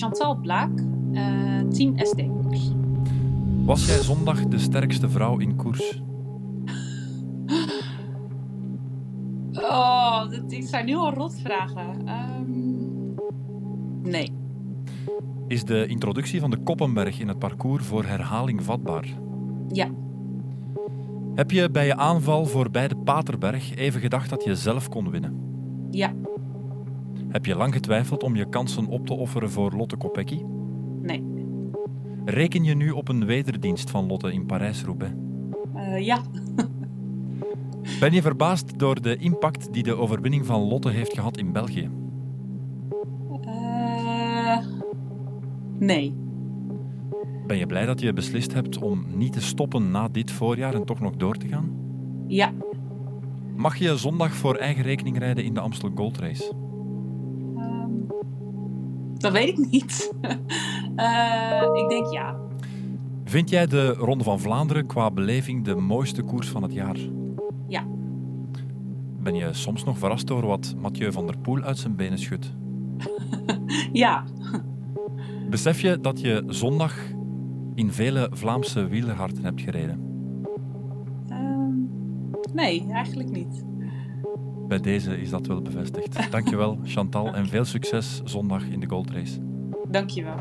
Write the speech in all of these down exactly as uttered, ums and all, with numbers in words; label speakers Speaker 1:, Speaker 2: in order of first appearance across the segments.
Speaker 1: Chantal Blaak, uh, team S T-koers.
Speaker 2: Was jij zondag de sterkste vrouw in koers?
Speaker 1: Oh, dat, ik zou nu al rot vragen. Um, nee.
Speaker 2: Is de introductie van de Koppenberg in het parcours voor herhaling vatbaar?
Speaker 1: Ja.
Speaker 2: Heb je bij je aanval voorbij de Paterberg even gedacht dat je zelf kon winnen?
Speaker 1: Ja.
Speaker 2: Heb je lang getwijfeld om je kansen op te offeren voor Lotte Kopecky?
Speaker 1: Nee.
Speaker 2: Reken je nu op een wederdienst van Lotte in Parijs-Roubaix?
Speaker 1: Uh, ja.
Speaker 2: Ben je verbaasd door de impact die de overwinning van Lotte heeft gehad in België?
Speaker 1: Uh, nee.
Speaker 2: Ben je blij dat je beslist hebt om niet te stoppen na dit voorjaar en toch nog door te gaan?
Speaker 1: Ja.
Speaker 2: Mag je zondag voor eigen rekening rijden in de Amstel Gold Race?
Speaker 1: Um, dat weet ik niet. uh, ik denk ja.
Speaker 2: Vind jij de Ronde van Vlaanderen qua beleving de mooiste koers van het jaar?
Speaker 1: Ja.
Speaker 2: Ben je soms nog verrast door wat Mathieu van der Poel uit zijn benen schudt?
Speaker 1: Ja.
Speaker 2: Besef je dat je zondag in vele Vlaamse wielerharten hebt gereden?
Speaker 1: Um, nee, eigenlijk niet.
Speaker 2: Bij deze is dat wel bevestigd. Dankjewel, Chantal, en veel succes zondag in de Gold Race.
Speaker 1: Dankjewel.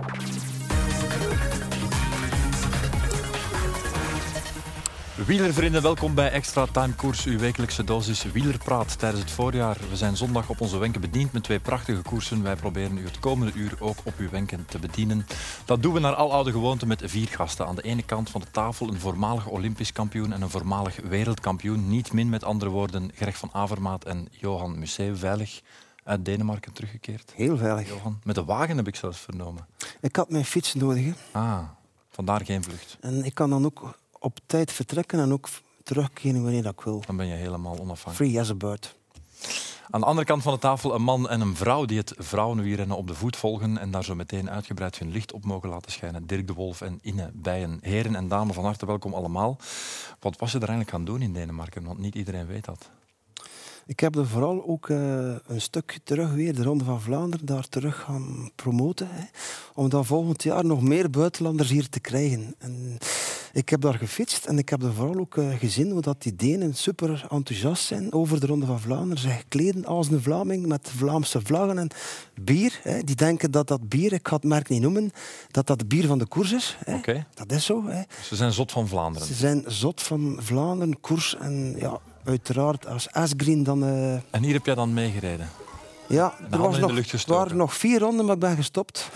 Speaker 2: Wielervrienden, welkom bij Extra Time Koers, uw wekelijkse dosis wielerpraat tijdens het voorjaar. We zijn zondag op onze wenken bediend met twee prachtige koersen. Wij proberen u het komende uur ook op uw wenken te bedienen. Dat doen we naar aloude gewoonte met vier gasten. Aan de ene kant van de tafel een voormalig Olympisch kampioen en een voormalig wereldkampioen. Niet min met andere woorden, Greg van Avermaat en Johan Museeuw, veilig uit Denemarken teruggekeerd.
Speaker 3: Heel veilig.
Speaker 2: Johan, met de wagen heb ik zelfs vernomen.
Speaker 3: Ik had mijn fiets nodig. Hè.
Speaker 2: Ah, vandaar geen vlucht.
Speaker 3: En ik kan dan ook op tijd vertrekken en ook terugkeren wanneer ik wil.
Speaker 2: Dan ben je helemaal onafhankelijk.
Speaker 3: Free as a bird.
Speaker 2: Aan de andere kant van de tafel een man en een vrouw die het vrouwenwielrennen op de voet volgen en daar zo meteen uitgebreid hun licht op mogen laten schijnen. Dirk de Wolf en Inne Bijen. Heren en dames, van harte welkom allemaal. Wat was je er eigenlijk gaan doen in Denemarken? Want niet iedereen weet dat.
Speaker 3: Ik heb er vooral ook uh, een stuk terug weer, de Ronde van Vlaanderen, daar terug gaan promoten. Hè, om dan volgend jaar nog meer buitenlanders hier te krijgen. En ik heb daar gefietst en ik heb er vooral ook uh, gezien hoe dat die Denen super enthousiast zijn over de Ronde van Vlaanderen. Ze kleden als een Vlaming met Vlaamse vlaggen en bier. Hè. Die denken dat dat bier, ik ga het merk niet noemen, dat dat bier van de koers is. Hè.
Speaker 2: Okay.
Speaker 3: Dat is zo. Hè.
Speaker 2: Ze zijn zot van Vlaanderen.
Speaker 3: Ze zijn zot van Vlaanderen, koers en ja, uiteraard als Asgreen dan... Uh...
Speaker 2: En hier heb jij dan meegereden?
Speaker 3: Ja, er was nog, er waren nog vier ronden, maar ik ben gestopt.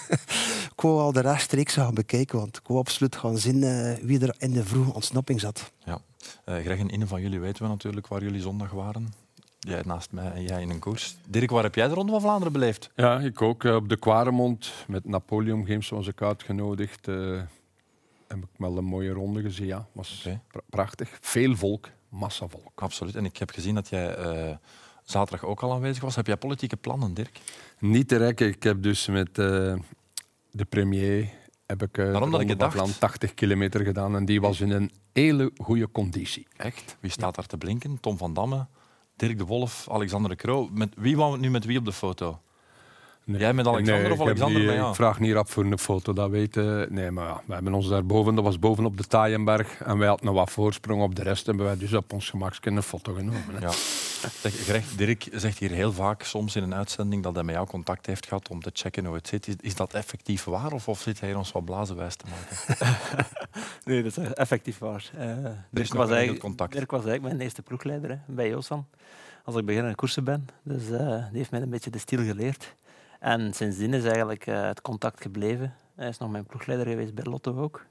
Speaker 3: Ik wou al de rechtstreeks gaan bekijken, want ik wou absoluut gaan zien uh, wie er in de vroege ontsnapping zat.
Speaker 2: Ja. Uh, Greg en Inne, van jullie weten we natuurlijk waar jullie zondag waren. Jij naast mij en jij in een koers. Dirk, waar heb jij de Ronde van Vlaanderen beleefd?
Speaker 4: Ja, ik ook. Uh, op de Quaremont met Napoleon Games was ik uitgenodigd. Uh, heb ik wel een mooie ronde gezien. Ja, was
Speaker 2: okay.
Speaker 4: pra- prachtig. Veel volk, massa volk.
Speaker 2: Absoluut. En ik heb gezien dat jij uh, zaterdag ook al aanwezig was. Heb jij politieke plannen, Dirk?
Speaker 4: Niet te rekken. Ik heb dus met uh, de premier heb ik, uh,
Speaker 2: Waarom dat ik het dacht?
Speaker 4: Vlaanderen tachtig kilometer gedaan en die was in een hele goede conditie.
Speaker 2: Echt? Wie staat daar te blinken? Tom van Damme, Dirk de Wolf, Alexander de Croo. Met wie wou nu met wie op de foto?
Speaker 4: Nee.
Speaker 2: Jij met Alexander
Speaker 4: nee,
Speaker 2: of Alexander
Speaker 4: niet,
Speaker 2: met jou?
Speaker 4: Ik vraag niet rap voor een foto, dat weten. Nee, maar ja, we hebben ons daarboven, dat was boven op de Taaienberg en wij hadden nog wat voorsprong op de rest hebben wij dus op ons gemak een foto genomen. Hè.
Speaker 2: Ja. Zeg, Greg, Dirk zegt hier heel vaak, soms in een uitzending, dat hij met jou contact heeft gehad om te checken hoe het zit. Is, is dat effectief waar of, of zit hij hier ons wat blazenwijs te maken?
Speaker 5: Nee, dat is effectief waar. Uh, Dirk, was eigenlijk, Dirk was eigenlijk mijn eerste ploegleider hè, bij Josan. Als ik begin aan koersen ben. Dus uh, die heeft mij een beetje de stil geleerd. En sindsdien is eigenlijk uh, het contact gebleven. Hij is nog mijn ploegleider geweest bij Lotto ook.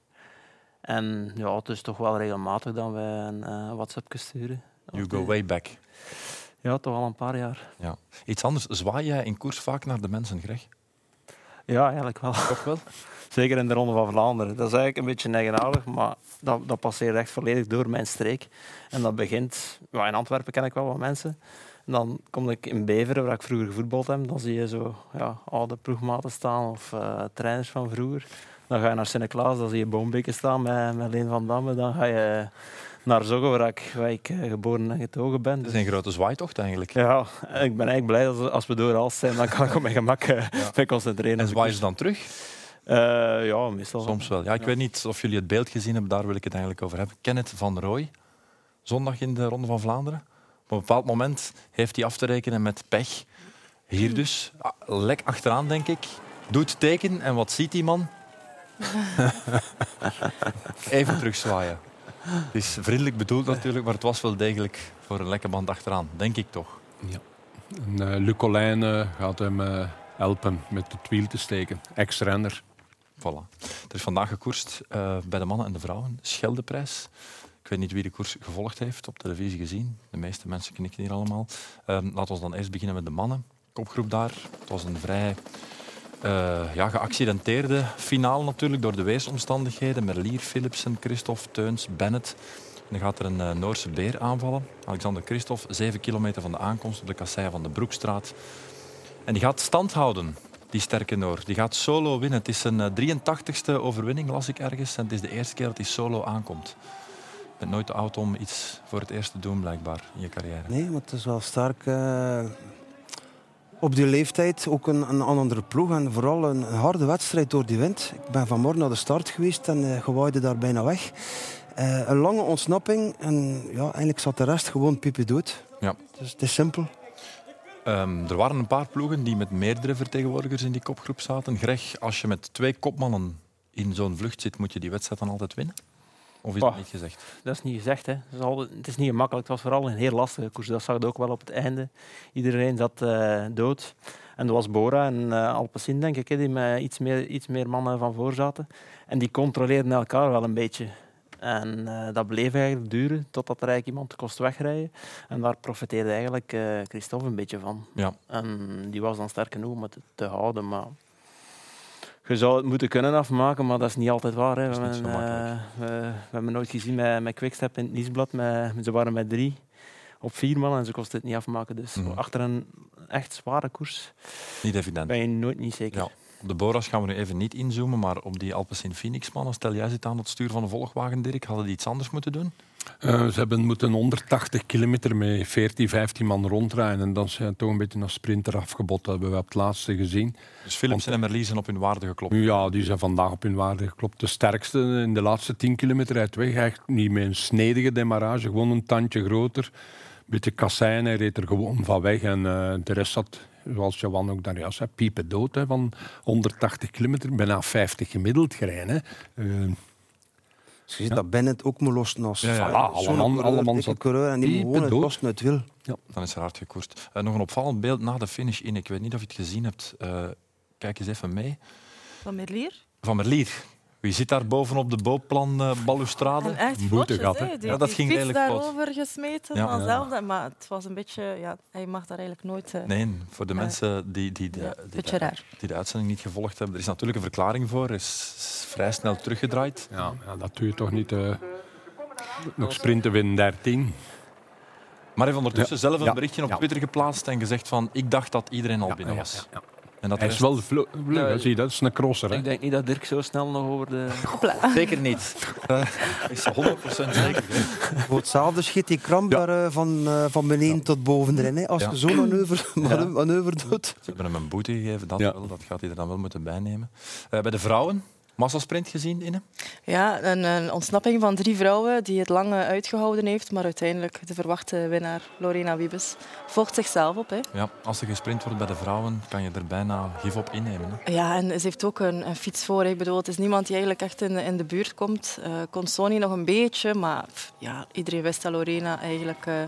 Speaker 5: En ja, het is toch wel regelmatig dat we een uh, WhatsApp sturen.
Speaker 2: You go way back.
Speaker 5: Ja, toch al een paar jaar.
Speaker 2: Ja. Iets anders, zwaai jij in koers vaak naar de mensen, Greg?
Speaker 5: Ja, eigenlijk wel.
Speaker 2: Toch wel?
Speaker 5: Zeker in de Ronde van Vlaanderen. Dat is eigenlijk een beetje eigenaardig, maar dat, dat passeert echt volledig door mijn streek. En dat begint... Ja, in Antwerpen ken ik wel wat mensen. En dan kom ik in Beveren, waar ik vroeger gevoetbald heb. Dan zie je zo ja, oude ploegmaten staan of uh, trainers van vroeger. Dan ga je naar Sint-Niklaas, dan zie je Boombeke staan met, met Leen van Damme. Dan ga je naar Zogge, waar ik, waar ik uh, geboren en getogen ben.
Speaker 2: Het is een grote zwaaitocht eigenlijk.
Speaker 5: Ja, ik ben eigenlijk blij dat als we door Aalst zijn, dan kan ik op mijn gemak uh, ja. me concentreren.
Speaker 2: En zwaaien ze dan terug?
Speaker 5: Uh, ja, meestal.
Speaker 2: Soms wel. Ja, ik ja. weet niet of jullie het beeld gezien hebben, daar wil ik het eigenlijk over hebben. Kenneth van Rooij, zondag in de Ronde van Vlaanderen. Op een bepaald moment heeft hij af te rekenen met pech. Hier dus, lek achteraan denk ik. Doet teken en wat ziet die man? Even terugzwaaien. Het is vriendelijk bedoeld natuurlijk, maar het was wel degelijk voor een lekke band achteraan. Denk ik toch.
Speaker 4: Ja. En, uh, Luc Colijn uh, gaat hem uh, helpen met het wiel te steken. Ex-renner.
Speaker 2: Voilà. Er is vandaag gekoerst uh, bij de mannen en de vrouwen. Scheldeprijs. Ik weet niet wie de koers gevolgd heeft, op televisie gezien. De meeste mensen knikken hier allemaal. Uh, laten we dan eerst beginnen met de mannen. Kopgroep daar. Het was een vrij uh, ja, geaccidenteerde finale natuurlijk door de weersomstandigheden. Merlier, Philipsen, Christophe, Teuns, Bennett. En dan gaat er een uh, Noorse beer aanvallen. Alexander Christophe, zeven kilometer van de aankomst op de kasseien van de Broekstraat. En die gaat stand houden, die sterke Noor. Die gaat solo winnen. Het is zijn uh, drieëntachtigste overwinning, las ik ergens. En het is de eerste keer dat hij solo aankomt. Je bent nooit te oud om iets voor het eerst te doen, blijkbaar, in je carrière.
Speaker 3: Nee, maar het is wel sterk. Uh, op die leeftijd ook een, een andere ploeg. En vooral een, een harde wedstrijd door die wind. Ik ben vanmorgen naar de start geweest en uh, gewaaide daar bijna weg. Uh, een lange ontsnapping. En ja, eigenlijk zat de rest gewoon pipi-dood.
Speaker 2: Ja.
Speaker 3: Dus het is simpel.
Speaker 2: Um, er waren een paar ploegen die met meerdere vertegenwoordigers in die kopgroep zaten. Greg, als je met twee kopmannen in zo'n vlucht zit, moet je die wedstrijd dan altijd winnen? Of is dat niet gezegd?
Speaker 5: Dat is niet gezegd. Hè. Het, is al, het is niet gemakkelijk. Het was vooral een heel lastige koers. Dat zag je ook wel op het einde. Iedereen zat uh, dood. En dat was Bora en uh, Alpecin, denk ik, hè, die met iets meer, iets meer mannen van voor zaten. En die controleerden elkaar wel een beetje. En uh, dat bleef eigenlijk duren, totdat er eigenlijk iemand kost wegrijden. En daar profiteerde eigenlijk uh, Christophe een beetje van.
Speaker 2: Ja.
Speaker 5: En die was dan sterk genoeg om het te houden. Maar je zou het moeten kunnen afmaken, maar dat is niet altijd waar. Hè. We, hebben, uh, we, we hebben nooit gezien met, met Quickstep in het nieuwsblad. Met, ze waren met drie op vier man en ze kosten het niet afmaken. Dus mm-hmm. achter een echt zware koers
Speaker 2: niet evident.
Speaker 5: Ben je nooit niet zeker.
Speaker 2: Ja. Op de Boras gaan we nu even niet inzoomen, maar op die Alpecin Phoenix-mannen, stel jij zit aan het stuur van een volgwagen, Dirk, hadden die iets anders moeten doen?
Speaker 4: Uh, ze hebben moeten honderdtachtig kilometer met veertien, vijftien man ronddraaien. En dan zijn toch een beetje naar sprinter afgebot. Dat hebben we op het laatste gezien.
Speaker 2: Dus Philipsen en Merlier zijn op hun waarde geklopt?
Speaker 4: Ja, die zijn vandaag op hun waarde geklopt. De sterkste in de laatste tien kilometer uit weg. Echt niet met een snedige demarrage, gewoon een tandje groter. Een beetje kassein, hij reed er gewoon van weg. En uh, de rest zat, zoals Johan ook daar juist zei, piepen dood. Hè, van honderdtachtig kilometer, bijna vijftig gemiddeld gereden. Uh,
Speaker 3: Dus je ziet ja. dat Bennett ook moet lossen als
Speaker 2: ja, ja.
Speaker 3: Voilà, allemaal allemaal zo'n coureur en die moet gewoon het lossen uit wil.
Speaker 2: Ja. Dan is er hard gekoerst. Uh, nog een opvallend beeld na de finish in. Ik weet niet of je het gezien hebt. Uh, kijk eens even mee.
Speaker 6: Van Merlier?
Speaker 2: Van Merlier. Wie zit daar bovenop de boopplan uh, balustrade?
Speaker 6: En echt vlotjes, hè. Die,
Speaker 2: ja, dat
Speaker 6: die
Speaker 2: ging
Speaker 6: fiets
Speaker 2: redelijk
Speaker 6: daarover vlot. Gesmeten, ja. Vanzelfde, ja. Maar het was een beetje... Ja, hij mag daar eigenlijk nooit... Uh,
Speaker 2: nee, voor de uh, mensen die, die, de,
Speaker 6: ja,
Speaker 2: die, die, de, die de uitzending niet gevolgd hebben, er is natuurlijk een verklaring voor. Er is, is vrij snel teruggedraaid.
Speaker 4: Ja, ja, dat doe je toch niet... Uh, nog sprinten winnen dertien.
Speaker 2: Maar hij heeft ondertussen
Speaker 4: ja.
Speaker 2: zelf een
Speaker 4: ja.
Speaker 2: berichtje op
Speaker 4: ja.
Speaker 2: Twitter geplaatst en gezegd van ik dacht dat iedereen al
Speaker 4: ja,
Speaker 2: binnen
Speaker 4: ja,
Speaker 2: was.
Speaker 4: ja, ja.
Speaker 2: En dat
Speaker 4: hij is wel vlug, ja, zie je, dat is een crosser. Hè?
Speaker 5: Ik denk niet dat Dirk zo snel nog over de...
Speaker 2: Zeker niet. Dat is honderd procent zeker.
Speaker 3: Voor hetzelfde schiet die kramp ja. daar, uh, van, uh, van beneden ja. tot boven erin. Hè. Als ja. je zo'n manoeuvre, ja. manoeuvre doet.
Speaker 2: Ze hebben hem een boete gegeven, dat, ja. wel, dat gaat hij er dan wel moeten bijnemen. Uh, bij de vrouwen, massasprint gezien, Inne?
Speaker 6: Ja, een, een ontsnapping van drie vrouwen die het lang uitgehouden heeft, maar uiteindelijk de verwachte winnaar, Lorena Wiebes, volgt zichzelf op. Hè.
Speaker 2: Ja, als er gesprint wordt bij de vrouwen, kan je er bijna gif op innemen. Hè.
Speaker 6: Ja, en ze heeft ook een, een fiets voor. Ik bedoel, het is niemand die eigenlijk echt in, in de buurt komt. Uh, Consoni nog een beetje, maar pff, ja, iedereen wist dat Lorena eigenlijk... Uh,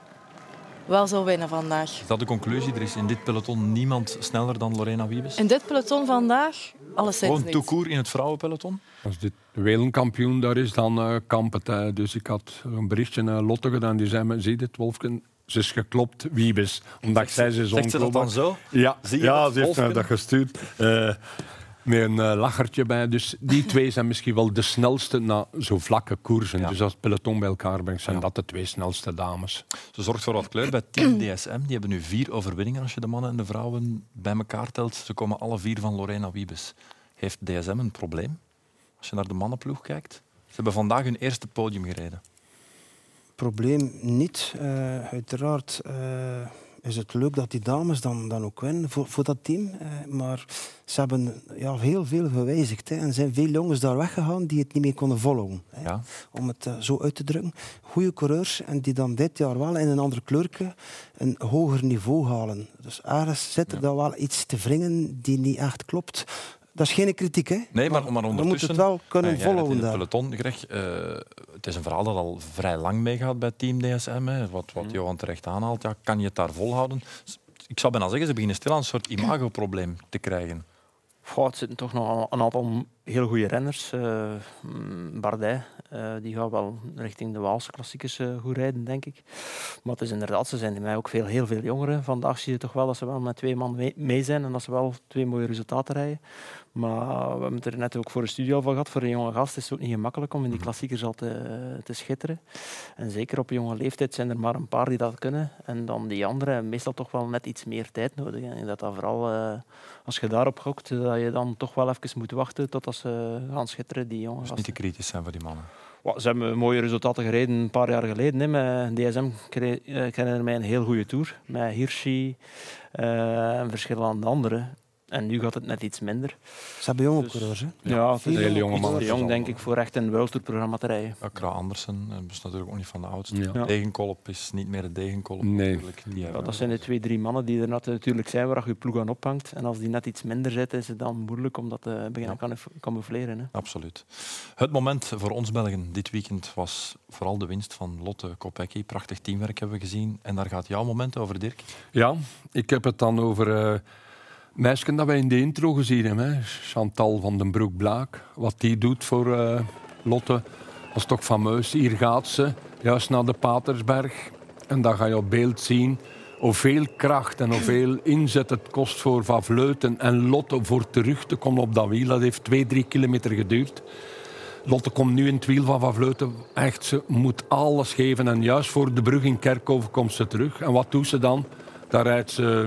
Speaker 6: wel zou winnen vandaag.
Speaker 2: Is dat de conclusie? Er is in dit peloton niemand sneller dan Lorena Wiebes?
Speaker 6: In dit peloton vandaag? Alleszins niet.
Speaker 2: Gewoon tout court in het vrouwenpeloton?
Speaker 4: Als dit wereldkampioen daar is, dan uh, kamp het. Uh, dus ik had een berichtje naar Lotte gedaan. Die zei me, zie dit, Wolfken, ze is geklopt, Wiebes. Omdat zij ze
Speaker 2: Zegt ze dat dan zo?
Speaker 4: Ja,
Speaker 2: zie je
Speaker 4: ja
Speaker 2: dat,
Speaker 4: ze heeft mij dat gestuurd. Uh, met een uh, lachertje bij. Dus die twee zijn misschien wel de snelste na zo vlakke koersen. Ja. Dus als het peloton bij elkaar brengt, zijn ja. dat de twee snelste dames.
Speaker 2: Ze zorgt voor wat kleur bij Team D S M. Die hebben nu vier overwinningen als je de mannen en de vrouwen bij elkaar telt. Ze komen alle vier van Lorena Wiebes. Heeft D S M een probleem? Als je naar de mannenploeg kijkt. Ze hebben vandaag hun eerste podium gereden.
Speaker 3: Probleem niet. Uh, uiteraard uh, is het leuk dat die dames dan, dan ook winnen voor, voor dat team. Uh, maar ze hebben ja, heel veel gewijzigd. Hè. En er zijn veel jongens daar weggegaan die het niet meer konden volgen. Hè.
Speaker 2: Ja.
Speaker 3: Om het uh, zo uit te drukken. Goede coureurs en die dan dit jaar wel in een ander kleurke een hoger niveau halen. Dus ergens zit er ja. dan wel iets te wringen die niet echt klopt. Dat is geen kritiek, hè?
Speaker 2: Nee, maar, maar ondertussen...
Speaker 3: We moeten het wel kunnen
Speaker 2: ja,
Speaker 3: volgen.
Speaker 2: In het peloton, Greg, uh, het is een verhaal dat al vrij lang meegaat bij Team D S M. Hè. Wat, wat Johan terecht aanhaalt, ja, kan je het daar volhouden? Ik zou bijna zeggen, ze beginnen stil aan een soort imagoprobleem te krijgen.
Speaker 5: Goh, het zitten toch nog een aantal heel goede renners. Uh, Bardet, uh, die gaat wel richting de Waalse klassiekers uh, goed rijden, denk ik. Maar het is inderdaad, ze zijn mij ook veel, heel veel jongeren. Vandaag zie je toch wel dat ze wel met twee man mee, mee zijn en dat ze wel twee mooie resultaten rijden. Maar we hebben het er net ook voor de studio al van gehad. Voor een jonge gast is het ook niet gemakkelijk om in die klassiekers al te, te schitteren. En zeker op een jonge leeftijd zijn er maar een paar die dat kunnen. En dan die anderen meestal toch wel net iets meer tijd nodig. En dat dat vooral, uh, als je daarop gokt, dat je dan toch wel even moet wachten totdat ze gaan schitteren, die jonge gasten.
Speaker 2: Dus niet te kritisch zijn voor die mannen.
Speaker 5: Well, ze hebben mooie resultaten gereden een paar jaar geleden. Hè. Met D S M kennen mij een heel goede tour. Met Hirschi uh, en verschillende anderen. En nu gaat het net iets minder.
Speaker 3: Ze hebben jonge
Speaker 5: dus,
Speaker 3: coureurs, hè?
Speaker 5: Ja, het is
Speaker 4: heel jonge
Speaker 5: iets te jong, denk ik, voor echt een World Tour programma te rijden.
Speaker 2: Ja, Kra Andersen is natuurlijk ook niet van de oudste.
Speaker 4: Ja.
Speaker 2: Ja. Degenkolp is niet meer de Degenkolp.
Speaker 4: Nee.
Speaker 2: Die
Speaker 5: ja, dat zijn de twee, drie mannen die er natuurlijk zijn waar je ploeg aan ophangt. En als die net iets minder zitten, is het dan moeilijk om dat te beginnen ja. camoufleren. Hè.
Speaker 2: Absoluut. Het moment voor ons Belgen dit weekend was vooral de winst van Lotte Kopecky. Prachtig teamwerk hebben we gezien. En daar gaat jouw moment over, Dirk?
Speaker 4: Ja, ik heb het dan over... Uh, meisje dat wij in de intro gezien hebben, hè. Chantal van den Broek-Blaak. Wat die doet voor uh, Lotte, dat is toch fameus. Hier gaat ze, juist naar de Patersberg. En dan ga je op beeld zien hoeveel kracht en hoeveel inzet het kost voor Van Vleuten en Lotte voor terug te komen op dat wiel. Dat heeft twee, drie kilometer geduurd. Lotte komt nu in het wiel van Van Vleuten. Echt, ze moet alles geven. En juist voor de brug in Kerkhoven komt ze terug. En wat doet ze dan? Daar rijdt ze...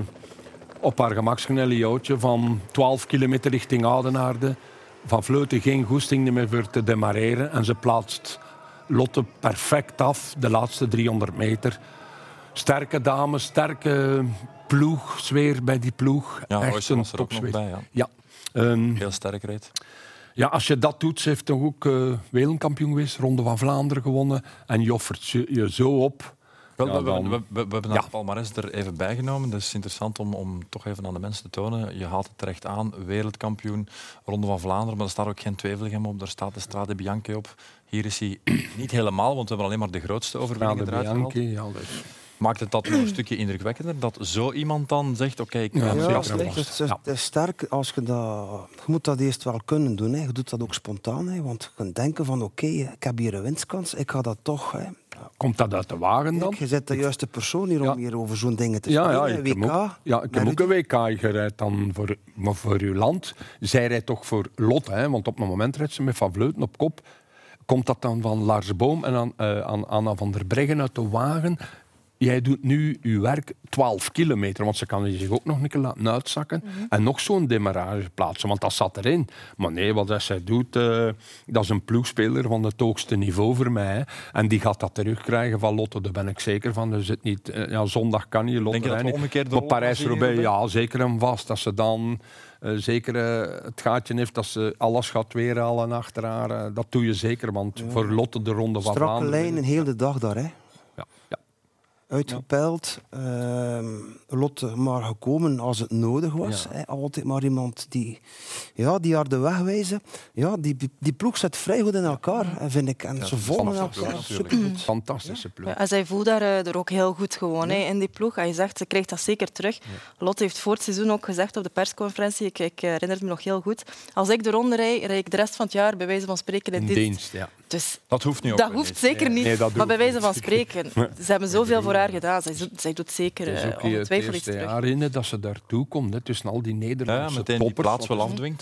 Speaker 4: op haar gemakskeneliootje van twaalf kilometer richting Oudenaarde. Van Vleuten geen goesting meer voor te demareren. En ze plaatst Lotte perfect af, de laatste driehonderd meter. Sterke dame, sterke ploeg, sfeer bij die ploeg.
Speaker 2: Ja,
Speaker 4: echt een topsfeer. Bij, ja. Ja. Um,
Speaker 2: Heel sterk reed.
Speaker 4: Ja, als je dat doet, ze heeft toch ook uh, wereldkampioen geweest, Ronde van Vlaanderen gewonnen. En je offert je, je zo op...
Speaker 2: Wel,
Speaker 4: ja,
Speaker 2: we, we, we, we hebben
Speaker 4: ja.
Speaker 2: het palmares er even bijgenomen. Dat is interessant om, om toch even aan de mensen te tonen. Je haalt het terecht aan, wereldkampioen, Ronde van Vlaanderen, maar er staat ook geen Tweeveligem op, daar staat de Strade Bianche op. Hier is hij niet helemaal, want we hebben alleen maar de grootste overwinningen eruit gehaald.
Speaker 4: Ja, dus.
Speaker 2: Maakt het dat nog een stukje indrukwekkender, dat zo iemand dan zegt, oké, okay, ik
Speaker 3: ja,
Speaker 2: ga
Speaker 3: ja,
Speaker 2: zeker
Speaker 3: het, is, het is sterk als je dat... Je moet dat eerst wel kunnen doen. Hè. Je doet dat ook spontaan. Hè. Want je kunt denken van, oké, okay, ik heb hier een winstkans, ik ga dat toch... Hè.
Speaker 4: Komt dat uit de wagen dan?
Speaker 3: Je bent de juiste persoon hier om ja. hier over zo'n dingen te
Speaker 4: ja,
Speaker 3: spreken.
Speaker 4: Ja, ik heb ook, ja, ik heb ook een W K gereid dan voor, maar voor uw land. Zij rijdt toch voor Lotte, hè, want op een moment rijdt ze met Van Vleuten op kop. Komt dat dan van Lars Boom en aan, uh, aan Anna van der Breggen uit de wagen? Jij doet nu je werk twaalf kilometer, want ze kan zich ook nog een keer laten uitzakken. Mm-hmm. En nog zo'n demarrage plaatsen, want dat zat erin. Maar nee, wat zij doet, uh, dat is een ploegspeler van het hoogste niveau voor mij. Hè. En die gaat dat terugkrijgen van Lotte, daar ben ik zeker van. Dus het niet, uh, ja, zondag kan je Lotte rijden. Maar Parijs-Roubaix, ja, zeker en vast. Dat ze dan uh, zeker uh, het gaatje heeft, dat ze alles gaat weerhalen achter haar. Uh, dat doe je zeker, want ja. voor Lotte de Ronde van
Speaker 3: Strakke
Speaker 4: Vlaanderen...
Speaker 3: Strakke lijn een hele dag daar, hè.
Speaker 4: Ja, ja.
Speaker 3: Uitgepeild, uh, Lotte maar gekomen als het nodig was. Ja. Hè. Altijd maar iemand die, ja, die haar de weg wijzen. Ja, die, die ploeg zit vrij goed in elkaar, vind ik. En ja, ze volgen elkaar.
Speaker 4: Supergoed. Fantastische ploeg.
Speaker 6: Ja, en zij voelt daar uh, er ook heel goed gewoon ja. hè, in die ploeg. En je zegt, ze krijgt dat zeker terug. Ja. Lotte heeft voor het seizoen ook gezegd op de persconferentie, ik, ik herinner het me nog heel goed, als ik de ronde rijd, rijd ik de rest van het jaar bij wijze van spreken in,
Speaker 4: in
Speaker 6: dit.
Speaker 4: dienst. Ja.
Speaker 6: Dus
Speaker 2: dat hoeft niet. Ook
Speaker 6: dat hoeft niet. zeker niet. Nee, maar bij wijze van spreken, ze hebben zoveel voor haar gedaan. Zij, zij doet zeker uh, ongetwijfeld iets terug.
Speaker 4: Het jaar in dat ze daartoe komt, hè, tussen al die Nederlandse
Speaker 2: ja, meteen
Speaker 4: toppers.
Speaker 2: die plaats wel afdwingt.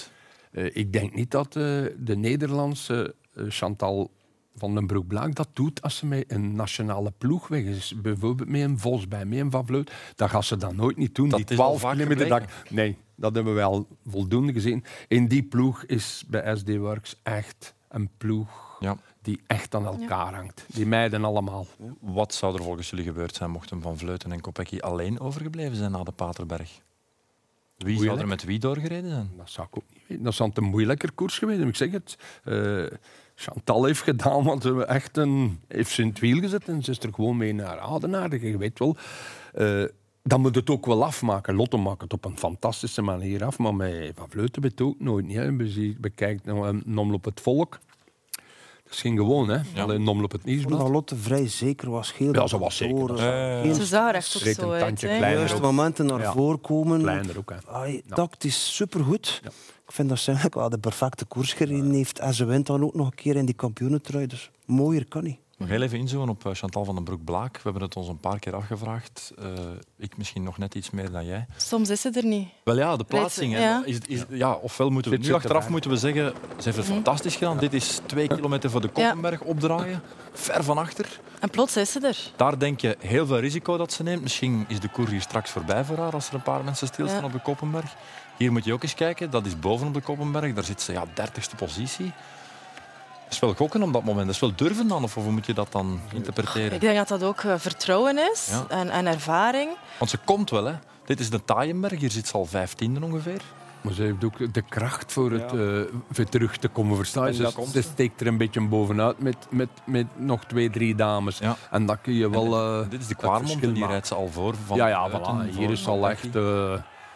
Speaker 4: Uh, ik denk niet dat uh, de Nederlandse uh, Chantal van den Broek-Blaak dat doet als ze met een nationale ploeg weg is. Bijvoorbeeld met een Vos bij, met een Van Vleut. Dat gaat ze dan nooit niet doen.
Speaker 2: Dat
Speaker 4: die
Speaker 2: twaalf kilometer dag.
Speaker 4: Nee, dat hebben we al voldoende gezien. In die ploeg is bij S D Works echt een ploeg ja. die echt aan elkaar ja. hangt. Die meiden allemaal.
Speaker 2: Wat zou er volgens jullie gebeurd zijn mochten Van Vleuten en Kopecky alleen overgebleven zijn na de Paterberg? Wie Moeilijk. zou er met wie doorgereden zijn?
Speaker 4: Dat zou ik ook niet weten. Dat is een moeilijker koers geweest. Ik zeg het. Uh, Chantal heeft gedaan, want ze echt een, heeft ze in het wiel gezet en ze is er gewoon mee naar Adenaarde. Je weet wel, uh, dan moet het ook wel afmaken. Lotto maakt het op een fantastische manier af, maar met Van Vleuten weet het ook nooit niet. Hè. Bekijkt een omloop het volk. Dat is geen gewoon, hè? Ja. Alleen een omloop het nieuws.
Speaker 3: Omdat Lotte vrij zeker was. Heel
Speaker 4: ja, ze was zeker. Dat
Speaker 6: uh, ze zag er echt ook zo uit.
Speaker 3: De juiste momenten naar ja. voren komen.
Speaker 4: Kleiner ook, hè.
Speaker 3: Ay, ja. Tactisch supergoed. Ja. Ik vind dat ze eigenlijk wel de perfecte koers gereden heeft. En ze wint dan ook nog een keer in die kampioenentrui. Dus mooier kan niet.
Speaker 2: Nog heel even inzoomen op Chantal van den Broek-Blaak. We hebben het ons een paar keer afgevraagd. Uh, ik misschien nog net iets meer dan jij.
Speaker 6: Soms is ze er niet.
Speaker 2: Wel ja, de plaatsing. Ja. Is, is, ja, ofwel moeten we nu achteraf moeten we zeggen, ze heeft het mm. fantastisch gedaan. Dit is twee kilometer voor de Koppenberg ja. opdraaien. Ver van achter.
Speaker 6: En plots is ze er.
Speaker 2: Daar denk je heel veel risico dat ze neemt. Misschien is de koers hier straks voorbij voor haar als er een paar mensen stilstaan ja. op de Koppenberg. Hier moet je ook eens kijken. Dat is boven op de Koppenberg. Daar zit ze ja, dertigste positie. Dat is wel gokken op dat moment. Dat is wel durven dan, of hoe moet je dat dan interpreteren?
Speaker 6: Ik denk dat dat ook uh, vertrouwen is ja. en, en ervaring.
Speaker 2: Want ze komt wel, hè. Dit is de Taaienberg. Hier zit ze al vijftiende ongeveer.
Speaker 4: Maar ze heeft ook de kracht voor het ja. uh, voor terug te komen verstaan. Ze, ze steekt er een beetje bovenuit met, met, met nog twee, drie dames. Ja. En dat kun je wel... Uh,
Speaker 2: dit is de Kwaarmond en die rijdt ze al voor. Van
Speaker 4: ja, ja, voilà. Hier is al echt... Uh...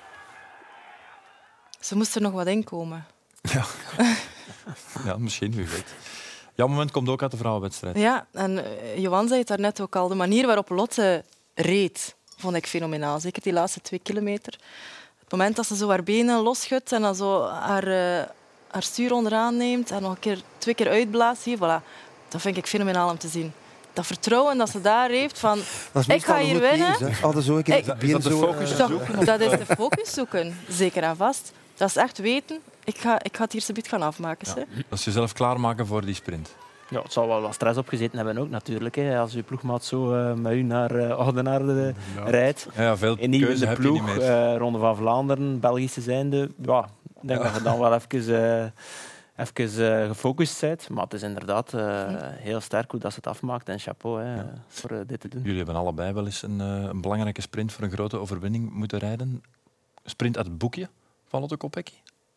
Speaker 6: Ze moest er nog wat in komen.
Speaker 2: Ja. Ja, misschien, wie weet. Jouw moment komt ook uit de vrouwenwedstrijd.
Speaker 6: Ja, en uh, Johan zei het daarnet ook al. De manier waarop Lotte reed, vond ik fenomenaal. Zeker die laatste twee kilometer. Het moment dat ze zo haar benen losschudt en dan zo haar, uh, haar stuur onderaan neemt en nog een keer, twee keer uitblaast. Hier, voilà. Dat vind ik fenomenaal om te zien. Dat vertrouwen dat ze daar heeft van... Ik ga hier winnen.
Speaker 3: Eens, zo, ik ik,
Speaker 2: is dat de focus
Speaker 6: uh, zoeken? Dat is de focus zoeken. Zeker en vast. Dat is echt weten. Ik ga, ik ga het hier subiet gaan afmaken. Ja.
Speaker 2: Dat is jezelf klaarmaken voor die sprint.
Speaker 5: Ja, het zal wel wat stress opgezeten hebben ook natuurlijk. Hè. Als je ploegmaat zo uh, met u naar uh, Oudenaarde ja. rijdt.
Speaker 2: Ja, ja, veel
Speaker 5: in de ploeg, uh, Ronde van Vlaanderen, Belgische zijnde. Ja, ik denk ja. dat je dan wel even, uh, even uh, gefocust bent. Maar het is inderdaad uh, heel sterk hoe dat ze het afmaakt. En chapeau hè, ja. voor uh, dit te doen.
Speaker 2: Jullie hebben allebei wel eens een, uh, een belangrijke sprint voor een grote overwinning moeten rijden. Sprint uit het boekje van Lotte Kopecky.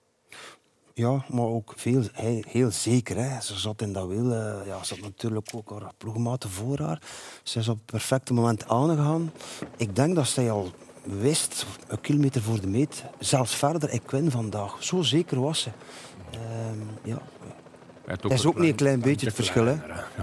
Speaker 3: Ja, maar ook veel, heel, heel zeker. Hè. Ze zat in dat wiel. Uh, ja, ze had natuurlijk ook haar ploegmaten voor haar. Ze is op het perfecte moment aangegaan. Ik denk dat zij al wist, een kilometer voor de meet, zelfs verder, ik win vandaag. Zo zeker was ze. Uh, ja. Het is ook klein, niet een klein beetje het verschil. Hè. Ja.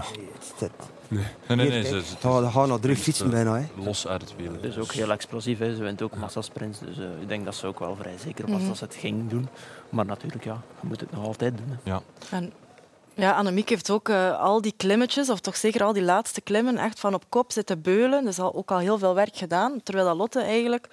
Speaker 2: Nee, nee, nee. nee ze,
Speaker 3: ze gaan naar drie fietsen bijna. Hè.
Speaker 2: Los uit het wiel.
Speaker 5: Het is ook heel explosief. Hè. Ze wint ook massasprints. Dus uh, ik denk dat ze ook wel vrij zeker was mm-hmm. dat ze het ging doen. Maar natuurlijk, ja, je moet het nog altijd doen. Hè.
Speaker 2: Ja.
Speaker 6: En, ja, Annemiek heeft ook uh, al die klimmetjes, of toch zeker al die laatste klimmen, echt van op kop zitten beulen. Dus al, ook al heel veel werk gedaan. Terwijl dat Lotte eigenlijk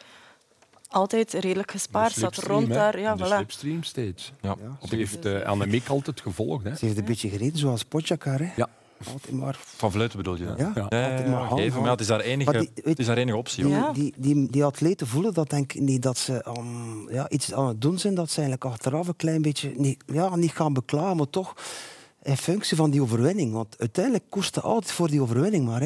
Speaker 6: altijd redelijk gespaard zat rond
Speaker 4: hè?
Speaker 6: daar. Ja,
Speaker 4: de
Speaker 6: voilà.
Speaker 4: slipstream steeds. Ja. Ja. Ze heeft uh, Annemiek altijd gevolgd. Hè?
Speaker 3: Ze heeft een beetje gereden zoals Pogačar. Hè?
Speaker 4: Ja.
Speaker 3: Maar...
Speaker 2: Van Vleuten bedoel je dat?
Speaker 3: Ja,
Speaker 2: ja. ja, ja, ja geven, maar het is haar enige, die, weet, het is haar enige optie.
Speaker 3: Ja. Die, die, die atleten voelen dat denk ik niet dat ze um, ja, iets aan het doen zijn dat ze eigenlijk achteraf een klein beetje niet, ja, niet gaan beklagen, maar toch in functie van die overwinning. Want uiteindelijk kost het altijd voor die overwinning maar. Hè.